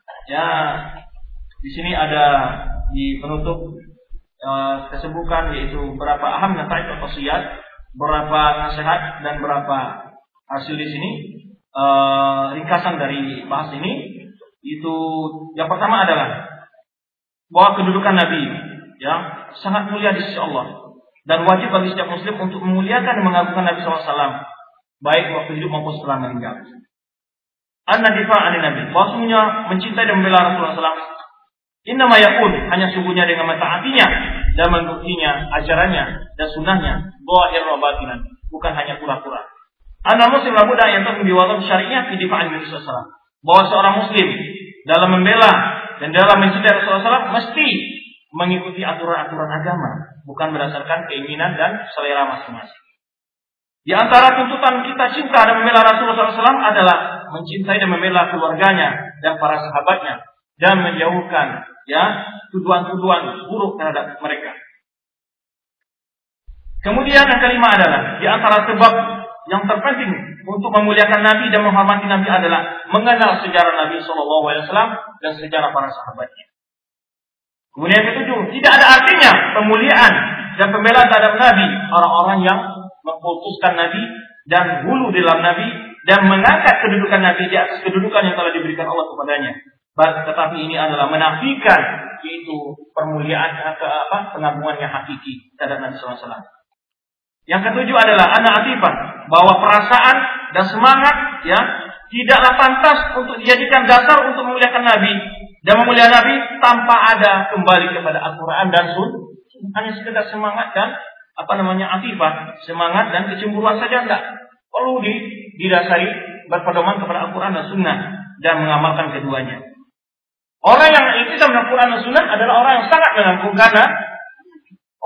S1: Di sini ada di penutup kesebukan, yaitu berapa aham nataij atau wasiat, berapa nasihat dan berapa hasil di sini. Ringkasan dari bahas ini, itu yang pertama adalah bahwa kedudukan Nabi sangat mulia di sisi Allah, dan wajib bagi setiap muslim untuk memuliakan dan mengagungkan Nabi SAW, baik waktu hidup maupun setelah meninggal. An-nadifa anin Nabi, bahwasanya mencintai dan membela Rasulullah SAW, innama yakun, hanya sungguhnya dengan mentaatinya dan mengikutinya ajarannya dan sunnahnya, zahir wa batinan, bukan hanya pura-pura. Anak muslim labuda yang terbiwatan syariah di difa'an Nabi SAW, bahwa seorang muslim dalam membela dan dalam mencintai Rasulullah SAW mesti mengikuti aturan-aturan agama, bukan berdasarkan keinginan dan selera masing-masing. Di antara tuntutan kita cinta dan membela Rasulullah SAW adalah mencintai dan membela keluarganya dan para sahabatnya, dan menjauhkan tuduhan-tuduhan buruk terhadap mereka. Kemudian yang kelima adalah di antara sebab yang terpenting untuk memuliakan Nabi dan menghormati Nabi adalah mengenal sejarah Nabi SAW dan sejarah para sahabatnya. Kemudian yang ketujuh, tidak ada artinya pemuliaan dan pembelaan terhadap Nabi orang-orang yang mengkultuskan Nabi dan hulu dalam Nabi dan mengangkat kedudukan Nabi di atas kedudukan yang telah diberikan Allah kepadanya. Tetapi ini adalah menafikan yaitu permuliaan pengagungan yang hakiki terhadap Nabi SAW. Yang ketujuh adalah atifah, bahwa perasaan dan semangat tidaklah pantas untuk dijadikan dasar untuk memuliakan Nabi dan memuliakan Nabi tanpa ada kembali kepada Al-Quran dan Sunnah. Hanya sekedar semangat dan atifah, semangat dan kecemburuan saja enggak. Perlu didasari berpedoman kepada Al-Quran dan Sunnah dan mengamalkan keduanya. Orang yang iltizam dengan Al-Quran dan Sunnah adalah orang yang sangat mengagung, karena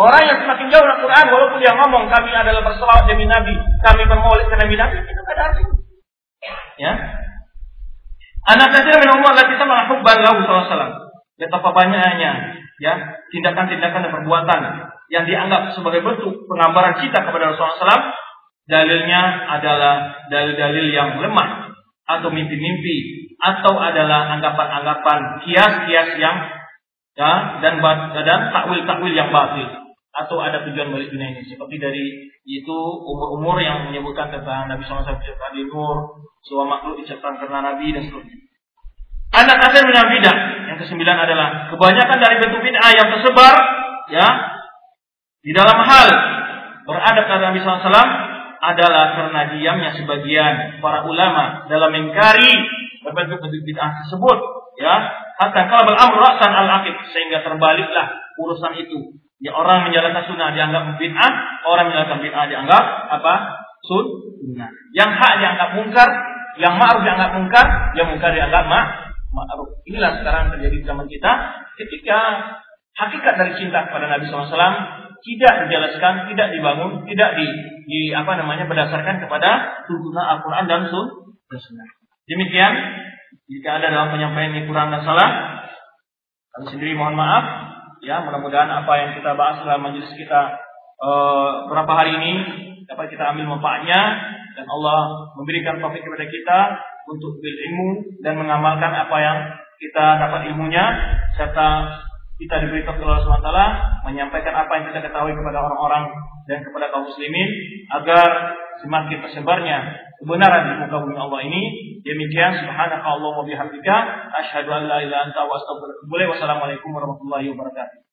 S1: Orang yang semakin jauh dari Quran, walaupun dia ngomong kami adalah berselawat demi Nabi, kami bermaulid ke Nabi, itu tidak ada artinya. Ya. Anak kecil min umur lati sama hubban lahu sallallahu. Betapa banyaknya ya tindakan-tindakan dan perbuatan yang dianggap sebagai bentuk pengambaran cinta kepada Rasulullah SAW. Dalilnya adalah dalil-dalil yang lemah atau mimpi-mimpi atau adalah anggapan-anggapan kias-kias yang ya, dan takwil-takwil yang batil atau ada tujuan balik dunia ini seperti dari itu umur-umur yang menyebutkan tentang Nabi SAW diciptakan di nur, semua makhluk diciptakan karena Nabi dan seterusnya. Anak kafir dengan bidah yang kesembilan adalah kebanyakan dari bentuk bid'ah yang tersebar ya di dalam hal beradab kepada Nabi SAW adalah karena diamnya sebagian para ulama dalam mengingkari bentuk-bentuk bid'ah tersebut ya hatta qalbal amr ra'san al-aqid sehingga terbaliklah urusan itu. Ya, orang menjalankan sunnah dianggap bid'ah, orang menjalankan bid'ah dianggap apa? Sunnah. Yang hak dianggap mungkar, yang ma'ruf dianggap mungkar, yang mungkar dianggap ma'ruf. Inilah sekarang terjadi di zaman kita ketika hakikat dari cinta kepada Nabi SAW tidak dijelaskan, tidak dibangun, tidak berdasarkan kepada tuntunan Al-Quran dan Sunnah. Demikian, jika ada dalam penyampaian ini kurang dan salah, kami sendiri mohon maaf. Ya, mudah-mudahan apa yang kita bahas dalam majelis kita beberapa hari ini dapat kita ambil manfaatnya dan Allah memberikan taufik kepada kita untuk berilmu dan mengamalkan apa yang kita dapat ilmunya serta kita diberi taufik oleh Allah SWT menyampaikan apa yang kita ketahui kepada orang-orang dan kepada kaum muslimin agar semakin tersebarnya kebenaran di muka bumi Allah ini. Demikian subhanaka Allahumma bihamdika asyhadu an la ilaha illa anta wa astaghfiruka wa atubu ilaik. Wassalamualaikum warahmatullahi wabarakatuh.